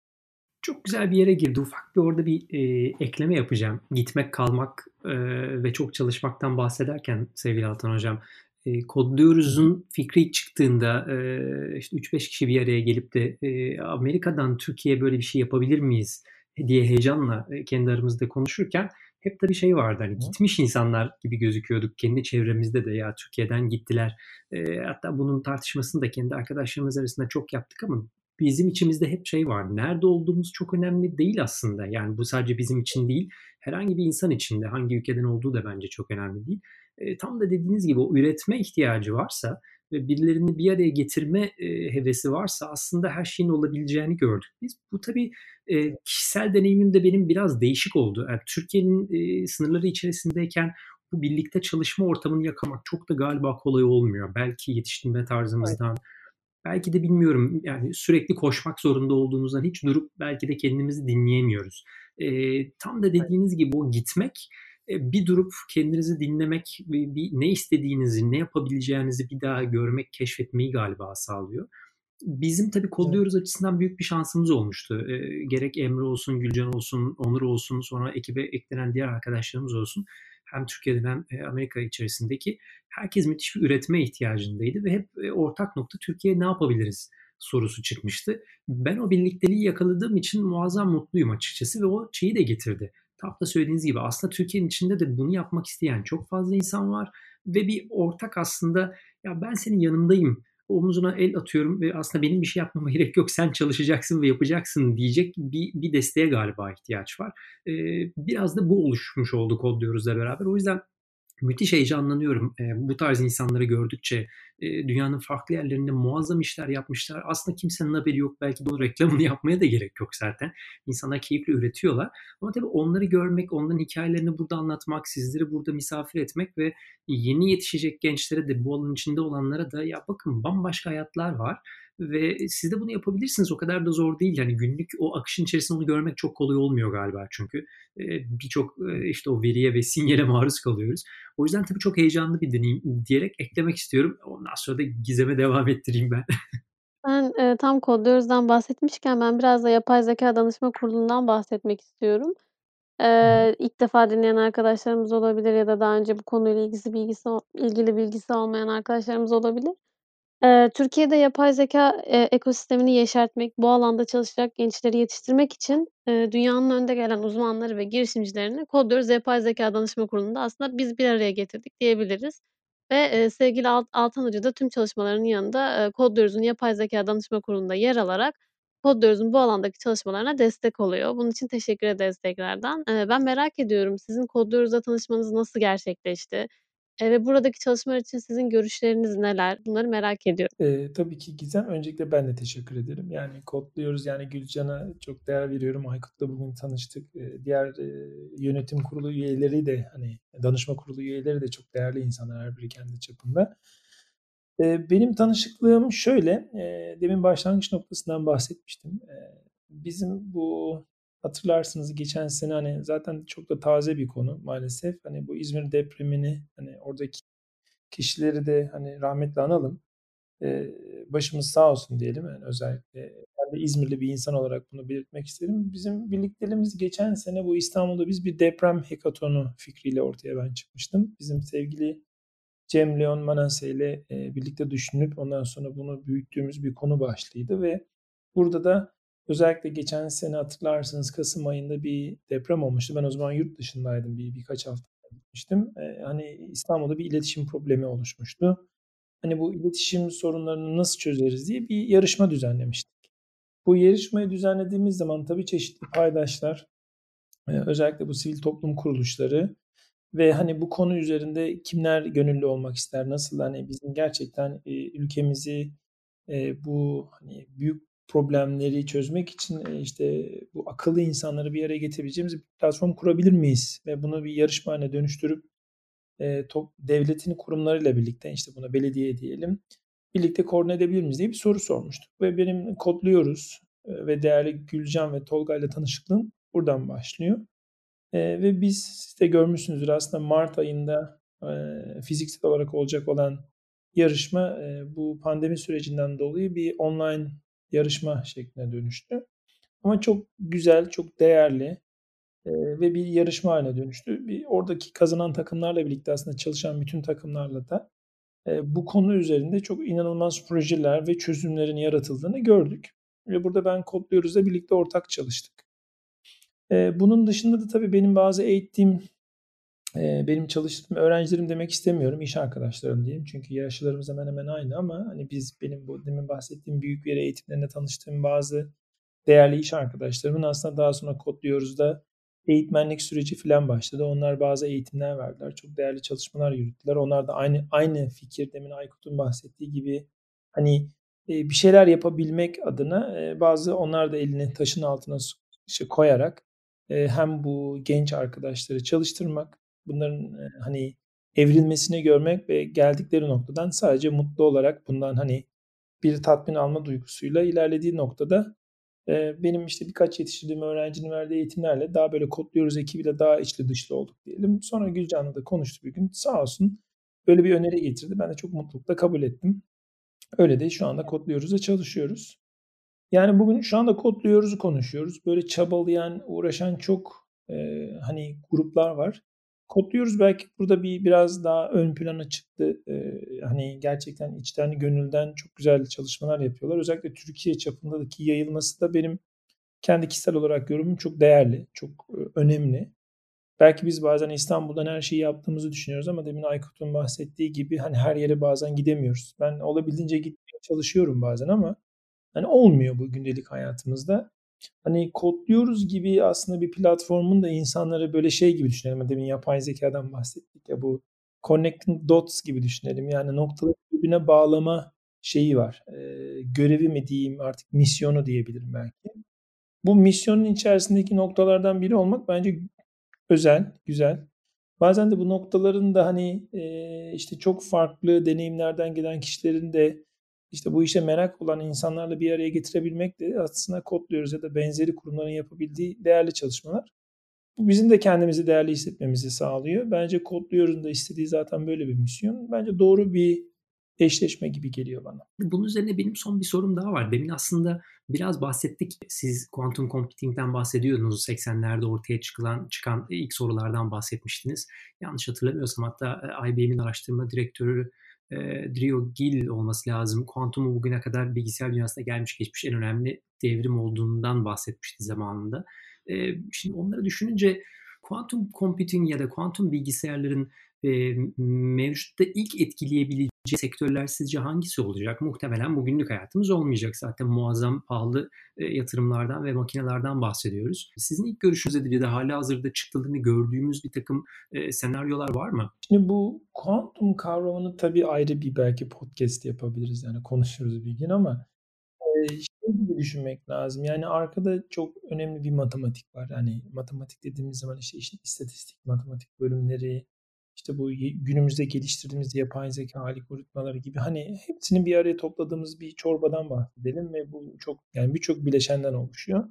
Çok güzel bir yere girdi. Ufak bir orada bir, eee, ekleme yapacağım. Gitmek, kalmak, eee, ve çok çalışmaktan bahsederken sevgili Altan Hocam, eee, Hı hı. Kodluyoruz'un fikri çıktığında, eee, işte üç beş kişi bir araya gelip de, eee, Amerika'dan Türkiye'ye böyle bir şey yapabilir miyiz diye heyecanla, eee, kendi aramızda konuşurken hep de bir şey vardı, hani, Hı. gitmiş insanlar gibi gözüküyorduk kendi çevremizde de. Ya, Türkiye'den gittiler. Eee, hatta bunun tartışmasını da kendi arkadaşlarımız arasında çok yaptık ama bizim içimizde hep şey vardı. Nerede olduğumuz çok önemli değil aslında. Yani bu sadece bizim için değil, herhangi bir insan için de hangi ülkeden olduğu da bence çok önemli değil. Eee, tam da dediğiniz gibi o üretme ihtiyacı varsa ve birilerini bir araya getirme, eee, hevesi varsa aslında her şeyin olabileceğini gördük biz. Bu tabii, eee, kişisel deneyimim de benim biraz değişik oldu. Yani Türkiye'nin, eee, sınırları içerisindeyken bu birlikte çalışma ortamını yakalamak çok da galiba kolay olmuyor. Belki yetiştirme Aynen. tarzımızdan, belki de bilmiyorum, yani sürekli koşmak zorunda olduğumuzdan hiç durup belki de kendimizi dinleyemiyoruz. Eee, tam da Aynen. dediğiniz gibi o gitmek, eee, bir durup kendinizi dinlemek ve bir ne istediğinizi, ne yapabileceğinizi bir daha görmek, keşfetmeyi galiba sağlıyor. Bizim tabii Evet. Kodluyoruz açısından büyük bir şansımız olmuştu. Eee, gerek Emre olsun, Gülcan olsun, Onur olsun, sonra ekibe eklenen diğer arkadaşlarımız olsun. Hem Türkiye'de hem, eee, Amerika içerisindeki herkes müthiş bir üretme ihtiyacındaydı ve hep, eee, ortak nokta Türkiye'ye ne yapabiliriz sorusu çıkmıştı. Ben o birlikteliği yakaladığım için muazzam mutluyum açıkçası ve o şeyi de getirdi. Tam da söylediğiniz gibi aslında Türkiye'nin içinde de bunu yapmak isteyen çok fazla insan var ve bir ortak aslında, "Ya, ben senin yanındayım, omzuna el atıyorum ve aslında benim bir şey yapmama gerek yok, sen çalışacaksın ve yapacaksın." diyecek bir bir desteğe galiba ihtiyaç var. Eee, biraz da bu oluşmuş oldu Kodluyoruz'la beraber. O yüzden müthiş heyecanlanıyorum, eee, bu tarz insanları gördükçe. Eee, dünyanın farklı yerlerinde muazzam işler yapmışlar. Aslında kimsenin haberi yok. Belki de onun reklamını yapmaya da gerek yok zaten. İnsanlar keyifle üretiyorlar ama tabii onları görmek, onların hikâyelerini burada anlatmak, sizleri burada misafir etmek ve yeni yetişecek gençlere de bu alanın içinde olanlara da "Ya, bakın bambaşka hayatlar var ve siz de bunu yapabilirsiniz. O kadar da zor değil." Yani günlük o akışın içerisinde onu görmek çok kolay olmuyor galiba çünkü. Eee, birçok, eee, işte, o veriye ve sinyale maruz kalıyoruz. O yüzden tabii çok heyecanlı bir deneyim diyerek eklemek istiyorum. Ondan sonra da gizeme devam ettireyim ben. Ben, eee, tam Kodluyoruz'dan bahsetmişken ben biraz da Yapay Zekâ Danışma Kurulu'ndan bahsetmek istiyorum. Hı hı. Eee, ilk defa dinleyen arkadaşlarımız olabilir ya da daha önce bu konuyla ilgisi bilgisi o ilgili bilgisi olmayan arkadaşlarımız olabilir. Eee, Türkiye'de yapay zekâ, eee, ekosistemini yeşertmek, bu alanda çalışacak gençleri yetiştirmek için, eee, dünyanın önde gelen uzmanları ve girişimcilerini Kodluyoruz Yapay Zekâ Danışma Kurulu'nda aslında biz bir araya getirdik diyebiliriz ve, eee, sevgili Alt Altan Hoca da tüm çalışmalarının yanında, eee, Kodluyoruz'un Yapay Zekâ Danışma Kurulu'nda yer alarak Kodluyoruz'un bu alandaki çalışmalarına destek oluyor. Bunun için teşekkür ederiz tekrardan. Eee, ben merak ediyorum, sizin Kodluyoruz'la tanışmanız nasıl gerçekleşti? Eee, ve buradaki çalışmalar için sizin görüşleriniz neler? Bunları merak ediyorum. Eee, tabii ki Gizem. Öncelikle ben de teşekkür ederim. Yani Kodluyoruz, yani Gülcan'a çok değer veriyorum. Aykut'la bugün tanıştık. Eee, diğer, eee, yönetim kurulu üyeleri de, hani, danışma kurulu üyeleri de çok değerli insanlar her biri kendi çapında. Eee, benim tanışıklığım şöyle, eee, demin başlangıç noktasından bahsetmiştim. Eee, bizim bu hatırlarsınız geçen sene, hani, zaten çok da taze bir konu maalesef. Hani, bu İzmir depremini, hani, oradaki kişileri de, hani, rahmetle analım. Eee, başımız sağ olsun diyelim. Yani özellikle ben de İzmirli bir insan olarak bunu belirtmek isterim. Bizim birlikteliğimiz geçen sene bu İstanbul'da biz bir deprem hekatonu fikriyle ortaya ben çıkmıştım. Bizim sevgili Cem Leon Manase ile, eee, birlikte düşünüp ondan sonra bunu büyüttüğümüz bir konu başlığıydı ve burada da özellikle geçen sene hatırlarsınız kasım ayında bir deprem olmuştu. Ben o zaman yurt dışındaydım. Bir birkaç hafta gitmiştim. Eee, hani, İstanbul'da bir iletişim problemi oluşmuştu. Hani, bu iletişim sorunlarını nasıl çözeriz diye bir yarışma düzenlemiştik. Bu yarışmayı düzenlediğimiz zaman tabii çeşitli paydaşlar, eee, özellikle bu sivil toplum kuruluşları ve, hani, bu konu üzerinde kimler gönüllü olmak ister, nasıl, hani, bizim gerçekten, eee, ülkemizi, eee, bu, hani, büyük problemleri çözmek için, eee, işte, bu akıllı insanları bir araya getirebileceğimiz bir platform kurabilir miyiz? Ve bunu bir yarışma hâline dönüştürüp, eee, top devletin kurumlarıyla birlikte, işte, buna belediye diyelim, birlikte koordine edebilir miyiz diye bir soru sormuştuk ve benim Kodluyoruz eee, ve değerli Gülcan ve Tolga'yla tanışıklığım buradan başlıyor. Eee, ve biz, siz de görmüşsünüzdür aslında mart ayında, eee, fiziksel olarak olacak olan yarışma, eee, bu pandemi sürecinden dolayı bir online yarışma şekline dönüştü. Ama çok güzel, çok değerli, eee, ve bir yarışma hâline dönüştü. Bir oradaki kazanan takımlarla birlikte aslında çalışan bütün takımlarla da, eee, bu konu üzerinde çok inanılmaz projeler ve çözümlerin yaratıldığını gördük ve burada ben Kodluyoruz'la birlikte ortak çalıştık. Eee, bunun dışında da tabii benim bazı eğittiğim, eee, benim çalıştığım öğrencilerim demek istemiyorum, iş arkadaşlarım diyeyim. Çünkü yaşlarımız hemen hemen aynı ama, hani, biz benim bu demin bahsettiğim büyük veri eğitimlerinde tanıştığım bazı değerli iş arkadaşlarımın aslında daha sonra Kodluyoruz'da eğitmenlik süreci filan başladı. Onlar bazı eğitimler verdiler. Çok değerli çalışmalar yürüttüler. Onlar da aynı aynı fikir, demin Aykut'un bahsettiği gibi, hani, eee, bir şeyler yapabilmek adına, eee, bazı onlar da elini taşın altına s şey koyarak, eee, hem bu genç arkadaşları çalıştırmak, bunların, eee, hani, evrilmesini görmek ve geldikleri noktadan sadece mutlu olarak bundan, hani, bir tatmin alma duygusuyla ilerlediği noktada, eee, benim, işte, birkaç yetiştirdiğim öğrencinin verdiği eğitimlerle daha böyle Kodluyoruz ekibiyle daha içli dışlı olduk diyelim. Sonra Gülcan'la da konuştuk bir gün. Sağ olsun böyle bir öneri getirdi. Ben de çok mutlulukla kabul ettim. Öyle de şu anda Kodluyoruz'da çalışıyoruz. Yani bugün şu anda Kodluyoruz'u konuşuyoruz. Böyle çabalayan, uğraşan çok, eee, hani, gruplar var. Kodluyoruz belki burada bir biraz daha ön plana çıktı. Eee, hani, gerçekten içten gönülden çok güzel çalışmalar yapıyorlar. Özellikle Türkiye çapındaki yayılması da benim kendi kişisel olarak yorumum çok değerli, çok, eee, önemli. Belki biz bazen İstanbul'dan her şeyi yaptığımızı düşünüyoruz ama demin Aykut'un bahsettiği gibi, hani, her yere bazen gidemiyoruz. Ben olabildiğince gitmeye çalışıyorum bazen ama, hani, olmuyor bu gündelik hayatımızda. Hani, Kodluyoruz gibi aslında bir platformun da insanları böyle şey gibi düşünelim. Hani, demin yapay zekâdan bahsettik ya, bu connecting dots gibi düşünelim. Yani noktaları birbirine bağlama şeyi var. Eee, görevi mi diyeyim, artık misyonu diyebilirim belki. Bu misyonun içerisindeki noktalardan biri olmak bence özel, güzel. Bazen de bu noktaların da, hani, eee, işte, çok farklı deneyimlerden gelen kişilerin de, işte, bu işe merak olan insanlarla bir araya getirebilmek de aslında Kodluyoruz ya da benzeri kurumların yapabildiği değerli çalışmalar. Bu bizim de kendimizi değerli hissetmemizi sağlıyor. Bence Kodluyoruz'un da istediği zaten böyle bir misyon. Bence doğru bir eşleşme gibi geliyor bana. Bunun üzerine benim son bir sorum daha var. Demin aslında biraz bahsettik. Siz quantum computing'den bahsediyordunuz. seksenlerde ortaya çıkılan çıkan ilk sorulardan bahsetmiştiniz. Yanlış hatırlamıyorsam hatta, eee, I B M'in araştırma direktörü, eee, Drio Gil olması lazım. Kuantumun bugüne kadar bilgisayar dünyasında gelmiş geçmiş en önemli devrim olduğundan bahsetmişti zamanında. Eee, şimdi onları düşününce quantum computing ya da kuantum bilgisayarların, eee, mevcutta ilk etkileyebileceği sektörler sizce hangisi olacak? Muhtemelen bu günlük hayatımız olmayacak. Zaten muazzam pahalı, eee, yatırımlardan ve makinelerden bahsediyoruz. Sizin ilk görüşünüz nedir ya da hâlihazırda çıktılarını gördüğümüz birtakım, eee, senaryolar var mı? Şimdi bu kuantum kavramını tabii ayrı bir belki podcast yapabiliriz, yani konuşuruz bir gün ama, eee, şey gibi düşünmek lazım, yani arkada çok önemli bir matematik var. Hani matematik dediğimiz zaman, işte, işin istatistik, matematik bölümleri, işte, bu ye günümüzde geliştirdiğimiz yapay zekâ algoritmaları gibi, hani, hepsini bir araya topladığımız bir çorbadan bahsedelim ve bu çok, yani birçok bileşenden oluşuyor.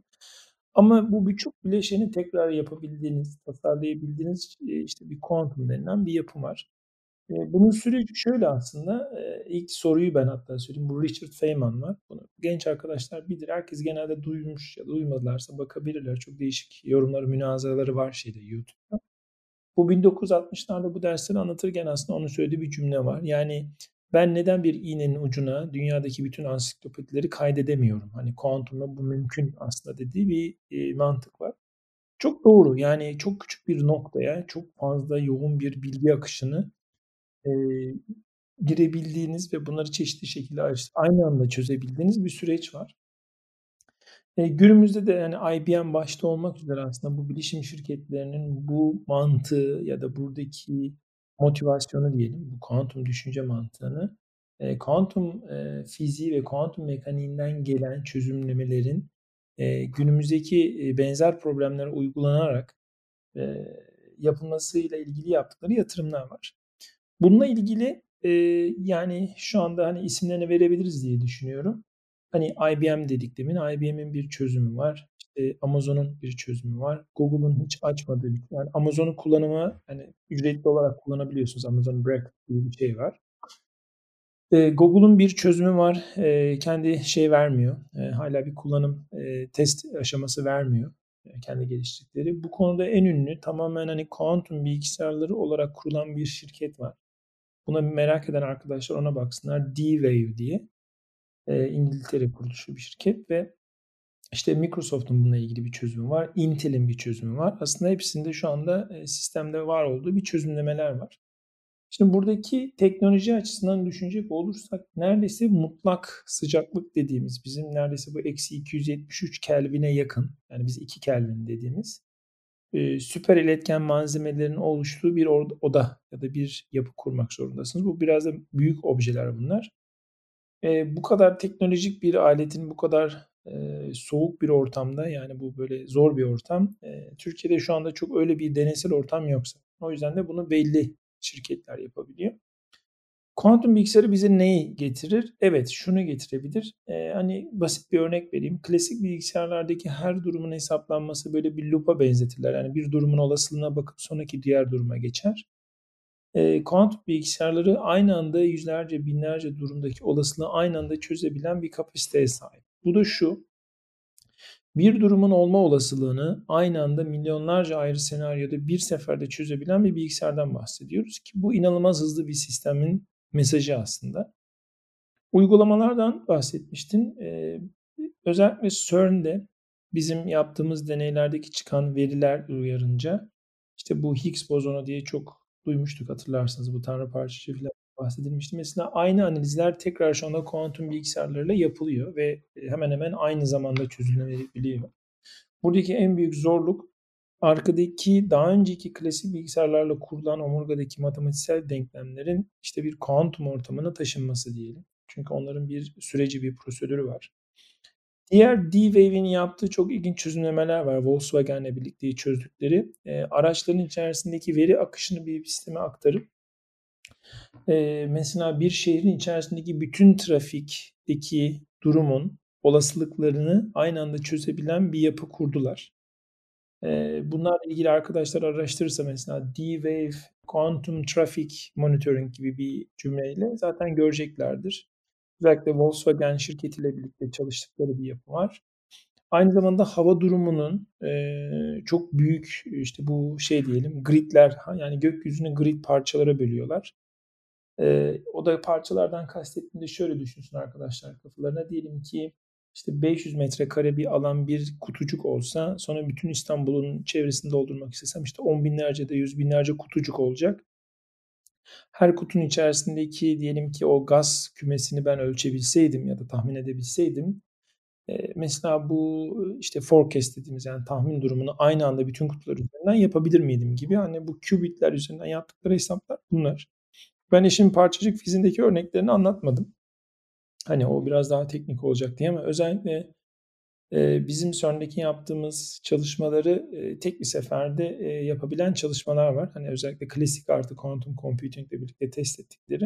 Ama bu birçok bileşeni tekrar yapabildiğiniz, tasarlayabildiğiniz, eee, işte, bir kuantum denilen bir yapı var. Eee, bunun süreci şöyle aslında, eee, ilk soruyu ben hatta söyleyeyim. Bu Richard Feynman var. Bunu genç arkadaşlar bilir. Herkes genelde duymuş ya da duymadılarsa bakabilirler. Çok değişik yorumları, münazaraları var şeyde, YouTube'da. Bu bin dokuz yüz altmışlarda bu dersleri anlatırken aslında onun söylediği bir cümle var. Yani, "Ben neden bir iğnenin ucuna dünyadaki bütün ansiklopedileri kaydedemiyorum? Hani, kuantumla bu mümkün aslında." dediği bir, eee, mantık var. Çok doğru. Yani çok küçük bir noktaya çok fazla yoğun bir bilgi akışını, eee, girebildiğiniz ve bunları çeşitli şekilde aş aynı anda çözebildiğiniz bir süreç var. Eee, günümüzde de yani I B M başta olmak üzere aslında bu bilişim şirketlerinin bu mantığı ya da buradaki motivasyonu diyelim, bu kuantum düşünce mantığını, eee, kuantum, eee, fiziği ve kuantum mekaniğinden gelen çözümlemelerin, eee, günümüzdeki, eee, benzer problemlere uygulanarak, eee, yapılmasıyla ilgili yaptıkları yatırımlar var. Bununla ilgili, eee, yani, şu anda, hani, isimlerini verebiliriz diye düşünüyorum. Hani, I B M dedik demin. I B M'in bir çözümü var. İşte, Amazon'un bir çözümü var. Google'un hiç açmadığı bir yani, Amazon'un kullanımı, hani, ücretli olarak kullanabiliyorsunuz. Amazon Break diye bir şey var. Eee, Google'un bir çözümü var. Eee, kendi şey vermiyor. Eee, hâlâ bir kullanım, eee, test aşaması vermiyor, eee, kendi geliştirdikleri. Bu konuda en ünlü, tamamen, hani, kuantum bilgisayarları olarak kurulan bir şirket var. Buna merak eden arkadaşlar ona baksınlar. D-Wave diye. Eee, İngiltere kuruluşu bir şirket ve işte Microsoft'un bununla ilgili bir çözümü var. Intel'in bir çözümü var. Aslında hepsinde şu anda, eee, sistemde var olduğu bir çözümlemeler var. Şimdi buradaki teknoloji açısından düşünecek olursak neredeyse mutlak sıcaklık dediğimiz, bizim neredeyse bu eksi iki yüz yetmiş üç Kelvin'e yakın, yani biz iki Kelvin dediğimiz, eee, süper iletken malzemelerin oluştuğu bir or oda ya da bir yapı kurmak zorundasınız. Bu biraz da büyük objeler bunlar. Eee, bu kadar teknolojik bir aletin bu kadar, eee, soğuk bir ortamda, yani bu böyle zor bir ortam, eee, Türkiye'de şu anda çok öyle bir deneysel ortam yoksa. O yüzden de bunu belli şirketler yapabiliyor. Kuantum bilgisayarı bize neyi getirir? Evet, şunu getirebilir. Eee, hani basit bir örnek vereyim. Klasik bilgisayarlardaki her durumun hesaplanması böyle bir loop'a benzetirler. Yani bir durumun olasılığına bakıp sonraki diğer duruma geçer. Eee, kuantum bilgisayarları aynı anda yüzlerce, binlerce durumdaki olasılığı aynı anda çözebilen bir kapasiteye sahip. Bu da şu: bir durumun olma olasılığını aynı anda milyonlarca ayrı senaryoda bir seferde çözebilen bir bilgisayardan bahsediyoruz ki bu inanılmaz hızlı bir sistemin mesajı aslında. Uygulamalardan bahsetmiştin. Eee, özellikle CERN'de bizim yaptığımız deneylerdeki çıkan veriler uyarınca, işte bu Higgs bozonu diye çok duymuştuk, hatırlarsınız. Bu tanrı parçacığı filan bahsedilmişti. Mesela aynı analizler tekrar şu anda kuantum bilgisayarlarıyla yapılıyor ve hemen hemen aynı zamanda çözülebiliyor. Buradaki en büyük zorluk arkadaki daha önceki klasik bilgisayarlarla kurulan omurgadaki matematiksel denklemlerin işte bir kuantum ortamına taşınması diyelim. Çünkü onların bir süreci, bir prosedürü var. Diğer D-Wave'in yaptığı çok ilginç çözümlemeler var. Volkswagen'le birlikte çözdükleri. E, araçların içerisindeki veri akışını bir sisteme aktarıp e, mesela bir şehrin içerisindeki bütün trafikteki durumun olasılıklarını aynı anda çözebilen bir yapı kurdular. Eee, bunlarla ilgili arkadaşlar araştırırsa mesela D-Wave Quantum Traffic Monitoring gibi bir cümleyle zaten göreceklerdir. Özellikle Volkswagen şirketiyle birlikte çalıştıkları bir yapı var. Aynı zamanda hava durumunun eee, çok büyük, işte bu şey diyelim gridler, yani gökyüzünü grid parçalara bölüyorlar. Eee, o da parçalardan kastettiğimde şöyle düşünsün arkadaşlar kafalarına. Diyelim ki işte beş yüz metrekare bir alan bir kutucuk olsa, sonra bütün İstanbul'un çevresini doldurmak istesem işte on binlerce de yüz binlerce kutucuk olacak. Her kutunun içerisindeki diyelim ki o gaz kümesini ben ölçebilseydim ya da tahmin edebilseydim, eee, mesela bu işte forecast dediğimiz yani tahmin durumunu aynı anda bütün kutular üzerinden yapabilir miydim gibi, hani bu qubitler üzerinden yaptıkları hesaplar bunlar. Ben işin parçacık fiziğindeki örneklerini anlatmadım. Hani o biraz daha teknik olacak diye ama özellikle e, bizim CERN'deki yaptığımız çalışmaları e, tek bir seferde e, yapabilen çalışmalar var. Hani özellikle klasik artı quantum computing ile birlikte test ettikleri.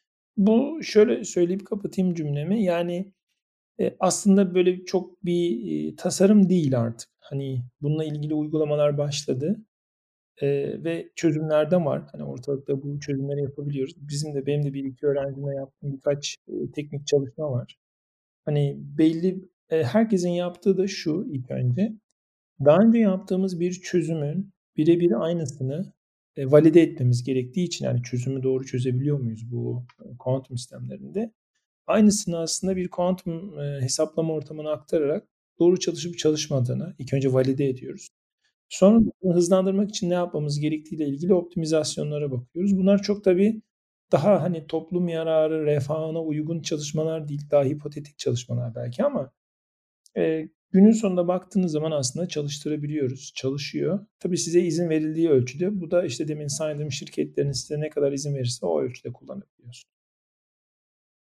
Bu şöyle söyleyip kapatayım cümlemi. Yani e, aslında böyle çok bir e, tasarım değil artık. Hani bununla ilgili uygulamalar başladı. Eee, ve çözümler de var. Hani ortalıkta bu çözümleri yapabiliyoruz. Bizim de benim de bir iki öğrencimle yaptığım birkaç, eee, teknik çalışma var. Hani belli eee, herkesin yaptığı da şu ilk önce, daha önce yaptığımız bir çözümün bire bir aynısını, eee, valide etmemiz gerektiği için, yani çözümü doğru çözebiliyor muyuz bu, eee, kuantum sistemlerinde? Aynısını aslında bir kuantum, eee, hesaplama ortamına aktararak doğru çalışıp çalışmadığını ilk önce valide ediyoruz. Sonra bunu hızlandırmak için ne yapmamız gerektiğiyle ilgili optimizasyonlara bakıyoruz. Bunlar çok tabii daha hani toplum yararı, refahına uygun çalışmalar değil, daha hipotetik çalışmalar belki ama eee, günün sonunda baktığınız zaman aslında çalıştırabiliyoruz, çalışıyor. Tabii size izin verildiği ölçüde, bu da işte demin saydığım şirketlerin size ne kadar izin verirse o ölçüde kullanabiliyorsunuz.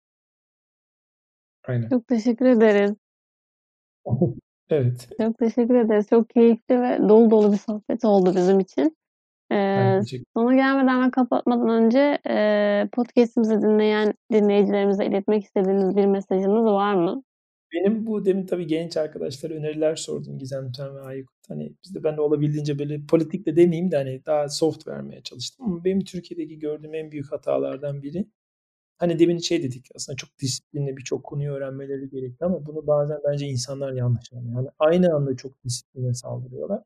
Aynen. Çok teşekkür ederiz. Evet. Çok teşekkür ederiz. Çok keyifli ve dolu dolu bir sohbet oldu bizim için. Ben Eee, teşekkür sona gelmeden ve kapatmadan önce, eee, podcast'imizi dinleyen dinleyicilerimize iletmek istediğiniz bir mesajınız var mı? Benim bu demin tabii genç arkadaşlara öneriler sordun Gizem, Sen ve Aykut. Hani biz de ben de olabildiğince böyle politik de demeyeyim de hani daha soft vermeye çalıştım. Ama benim Türkiye'deki gördüğüm en büyük hatalardan biri, hani demin şey dedik aslında çok disiplinli birçok konuyu öğrenmeleri gerekli ama bunu bazen bence insanlar yanlış anlıyor. Yani aynı anda çok disipline saldırıyorlar.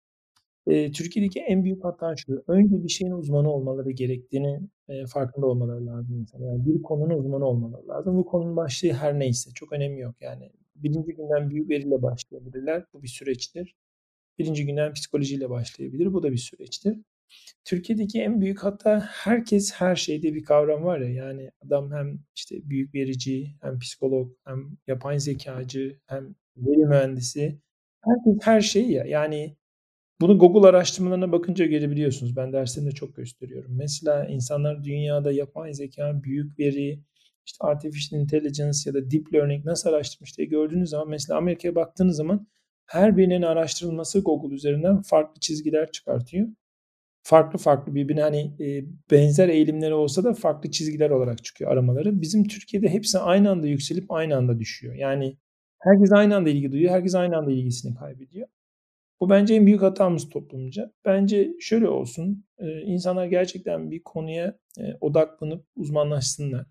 Eee, Türkiye'deki en büyük hata şu: Önce bir şeyin uzmanı olmaları gerektiğinin, eee, farkında olmaları lazım insanlar. Yani bir konunun uzmanı olmaları lazım. Bu konunun başlığı her neyse çok önemi yok yani. Birinci günden büyük veriyle başlayabilirler. Bu bir süreçtir. Birinci günden psikolojiyle başlayabilir. Bu da bir süreçtir. Türkiye'deki en büyük hata herkes her şeyde bir kavram var ya yani adam hem işte büyük verici hem psikolog hem yapay zekâcı hem veri mühendisi. Herkes her şey ya. Yani bunu Google araştırmalarına bakınca görebiliyorsunuz. Ben derslerimde çok gösteriyorum. Mesela insanlar dünyada yapay zeka, büyük veri, işte artificial intelligence ya da deep learning nasıl araştırmış diye gördüğünüz zaman mesela Amerika'ya baktığınız zaman her birinin araştırılması Google üzerinden farklı çizgiler çıkartıyor. Farklı farklı birbirine hani e, benzer eğilimleri olsa da farklı çizgiler olarak çıkıyor aramaları. Bizim Türkiye'de hepsi aynı anda yükselip aynı anda düşüyor. Yani herkes aynı anda ilgi duyuyor, herkes aynı anda ilgisini kaybediyor. Bu bence en büyük hatamız toplumca. Bence şöyle olsun, eee, insanlar gerçekten bir konuya, eee, odaklanıp uzmanlaşsınlar.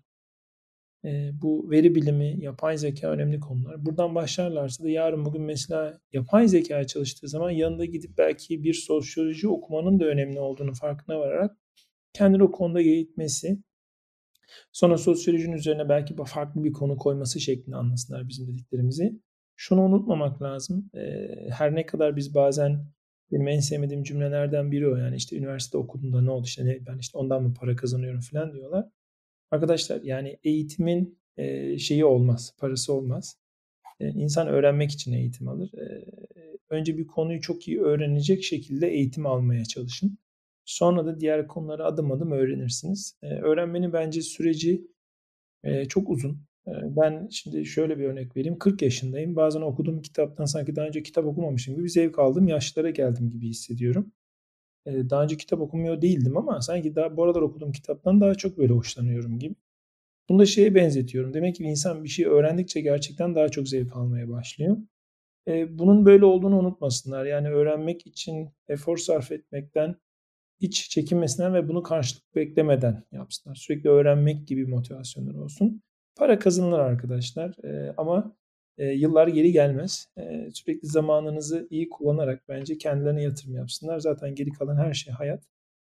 Eee, bu veri bilimi, yapay zeka önemli konular. Buradan başlarlarsa da yarın bugün mesela yapay zekâya çalıştığı zaman yanında gidip belki bir sosyoloji okumanın da önemli olduğunu farkına vararak kendini o konuda eğitmesi, sonra sosyolojinin üzerine belki farklı bir konu koyması şeklinde anlasınlar bizim dediklerimizi. Şunu unutmamak lazım. Eee, her ne kadar biz bazen benim en sevmediğim cümlelerden biri o. Yani işte üniversite okudum da ne oldu işte ne, ben işte ondan mı para kazanıyorum falan diyorlar. Arkadaşlar yani eğitimin eee, şeyi olmaz, parası olmaz. Eee, insan öğrenmek için eğitim alır. Eee, önce bir konuyu çok iyi öğrenecek şekilde eğitim almaya çalışın. Sonra da diğer konuları adım adım öğrenirsiniz. Eee, öğrenmenin bence süreci Eee, çok uzun. Eee, ben şimdi şöyle bir örnek vereyim. kırk yaşındayım. Bazen okuduğum kitaptan sanki daha önce kitap okumamışım gibi zevk aldığım yaşlara geldim gibi hissediyorum. Eee, daha önce kitap okumuyor değildim ama sanki daha bu aralar okuduğum kitaptan daha çok böyle hoşlanıyorum gibi. Bunu da şeye benzetiyorum. Demek ki bir insan bir şey öğrendikçe gerçekten daha çok zevk almaya başlıyor. Eee, bunun böyle olduğunu unutmasınlar. Yani öğrenmek için efor sarf etmekten hiç çekinmesinler ve bunu karşılık beklemeden yapsınlar. Sürekli öğrenmek gibi motivasyonları olsun. Para kazanılır arkadaşlar, eee, ama eee, yıllar geri gelmez. Eee, sürekli zamanınızı iyi kullanarak bence kendilerine yatırım yapsınlar. Zaten geri kalan her şey hayat.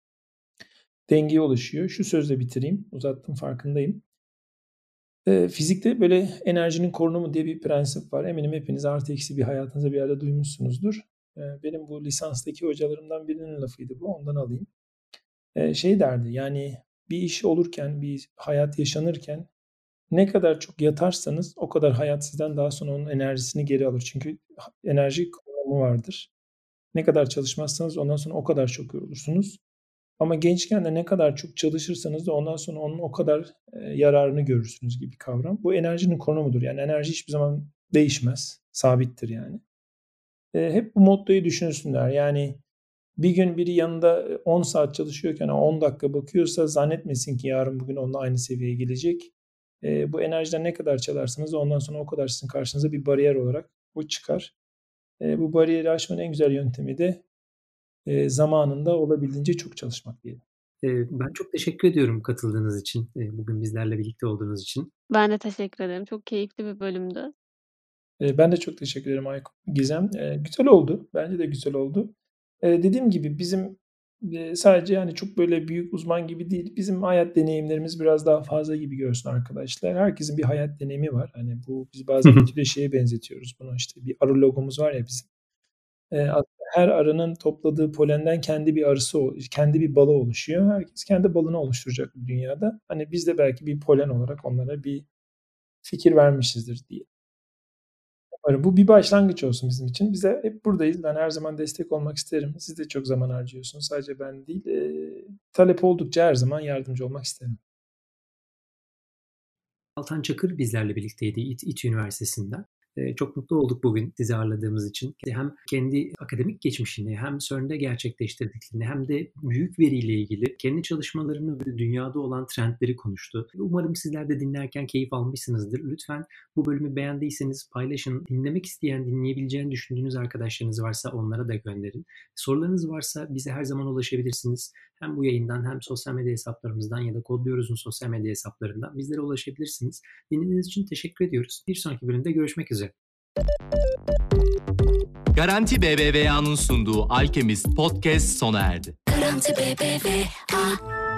Dengeye oluşuyor. Şu sözle bitireyim. Uzattım farkındayım. Eee, fizikte böyle enerjinin korunumu diye bir prensip var. Eminim hepiniz artı eksi bir hayatınızda bir yerde duymuşsunuzdur. Eee, benim bu lisanstaki hocalarımdan birinin lafıydı bu. Ondan alayım. Eee, şey derdi, yani bir iş olurken, bir hayat yaşanırken ne kadar çok yatarsanız o kadar hayat sizden daha sonra onun enerjisini geri alır. Çünkü ha enerji kuramı vardır. Ne kadar çalışmazsanız ondan sonra o kadar çok yorulursunuz. Ama gençken de ne kadar çok çalışırsanız da ondan sonra onun o kadar, eee, yararını görürsünüz gibi bir kavram. Bu enerjinin konumudur. Yani enerji hiçbir zaman değişmez, sabittir yani. Eee, hep bu mottoyu düşünsünler. Yani bir gün biri yanında on saat çalışıyorken on dakika bakıyorsa zannetmesin ki yarın bugün onunla aynı seviyeye gelecek. Eee, bu enerjiden ne kadar çalarsanız ondan sonra o kadar sizin karşınıza bir bariyer olarak bu çıkar. Eee, bu bariyeri aşmanın en güzel yöntemi de eee, zamanında olabildiğince çok çalışmak diyelim. Eee, ben çok teşekkür ediyorum katıldığınız için, eee, bugün bizlerle birlikte olduğunuz için. Ben de teşekkür ederim. Çok keyifli bir bölümdü. Eee, ben de çok teşekkür ederim Aykut, Gizem. Eee, güzel oldu. Bence de güzel oldu. Eee, dediğim gibi bizim, eee, sadece yani çok böyle büyük uzman gibi değil, bizim hayat deneyimlerimiz biraz daha fazla gibi görsün arkadaşlar. Herkesin bir hayat deneyimi var. Hani bu biz bazen İTÜ'de şeye benzetiyoruz bunu, işte bir arı logomuz var ya bizim. Eee, aslında her arının topladığı polenden kendi bir arısı o kendi bir balı oluşuyor. Herkes kendi balını oluşturacak bu dünyada. Hani biz de belki bir polen olarak onlara bir fikir vermişizdir diye. Umarım bu bir başlangıç olsun bizim için. Biz de hep buradayız. Ben her zaman destek olmak isterim. Siz de çok zaman harcıyorsunuz. Sadece ben değil. Eee, talep oldukça her zaman yardımcı olmak isterim. Altan Çakır bizlerle birlikteydi İ- İTÜ Üniversitesi'nden. Ee, Çok mutlu olduk bugün sizi ağırladığımız için. Hem kendi akademik geçmişini hem C E R N'de gerçekleştirdiklerini hem de büyük veriyle ilgili kendi çalışmalarını ve dünyada olan trendleri konuştu. Umarım sizler de dinlerken keyif almışsınızdır. Lütfen bu bölümü beğendiyseniz paylaşın. Dinlemek isteyen, dinleyebileceğini düşündüğünüz arkadaşlarınız varsa onlara da gönderin. Sorularınız varsa bize her zaman ulaşabilirsiniz. Hem bu yayından hem sosyal medya hesaplarımızdan ya da Kodluyoruz'un sosyal medya hesaplarından bizlere ulaşabilirsiniz. Dinlediğiniz için teşekkür ediyoruz. Bir sonraki bölümde görüşmek üzere. Garanti B B V A'nın sunduğu Alkemist Podcast sona erdi. Garanti B B V A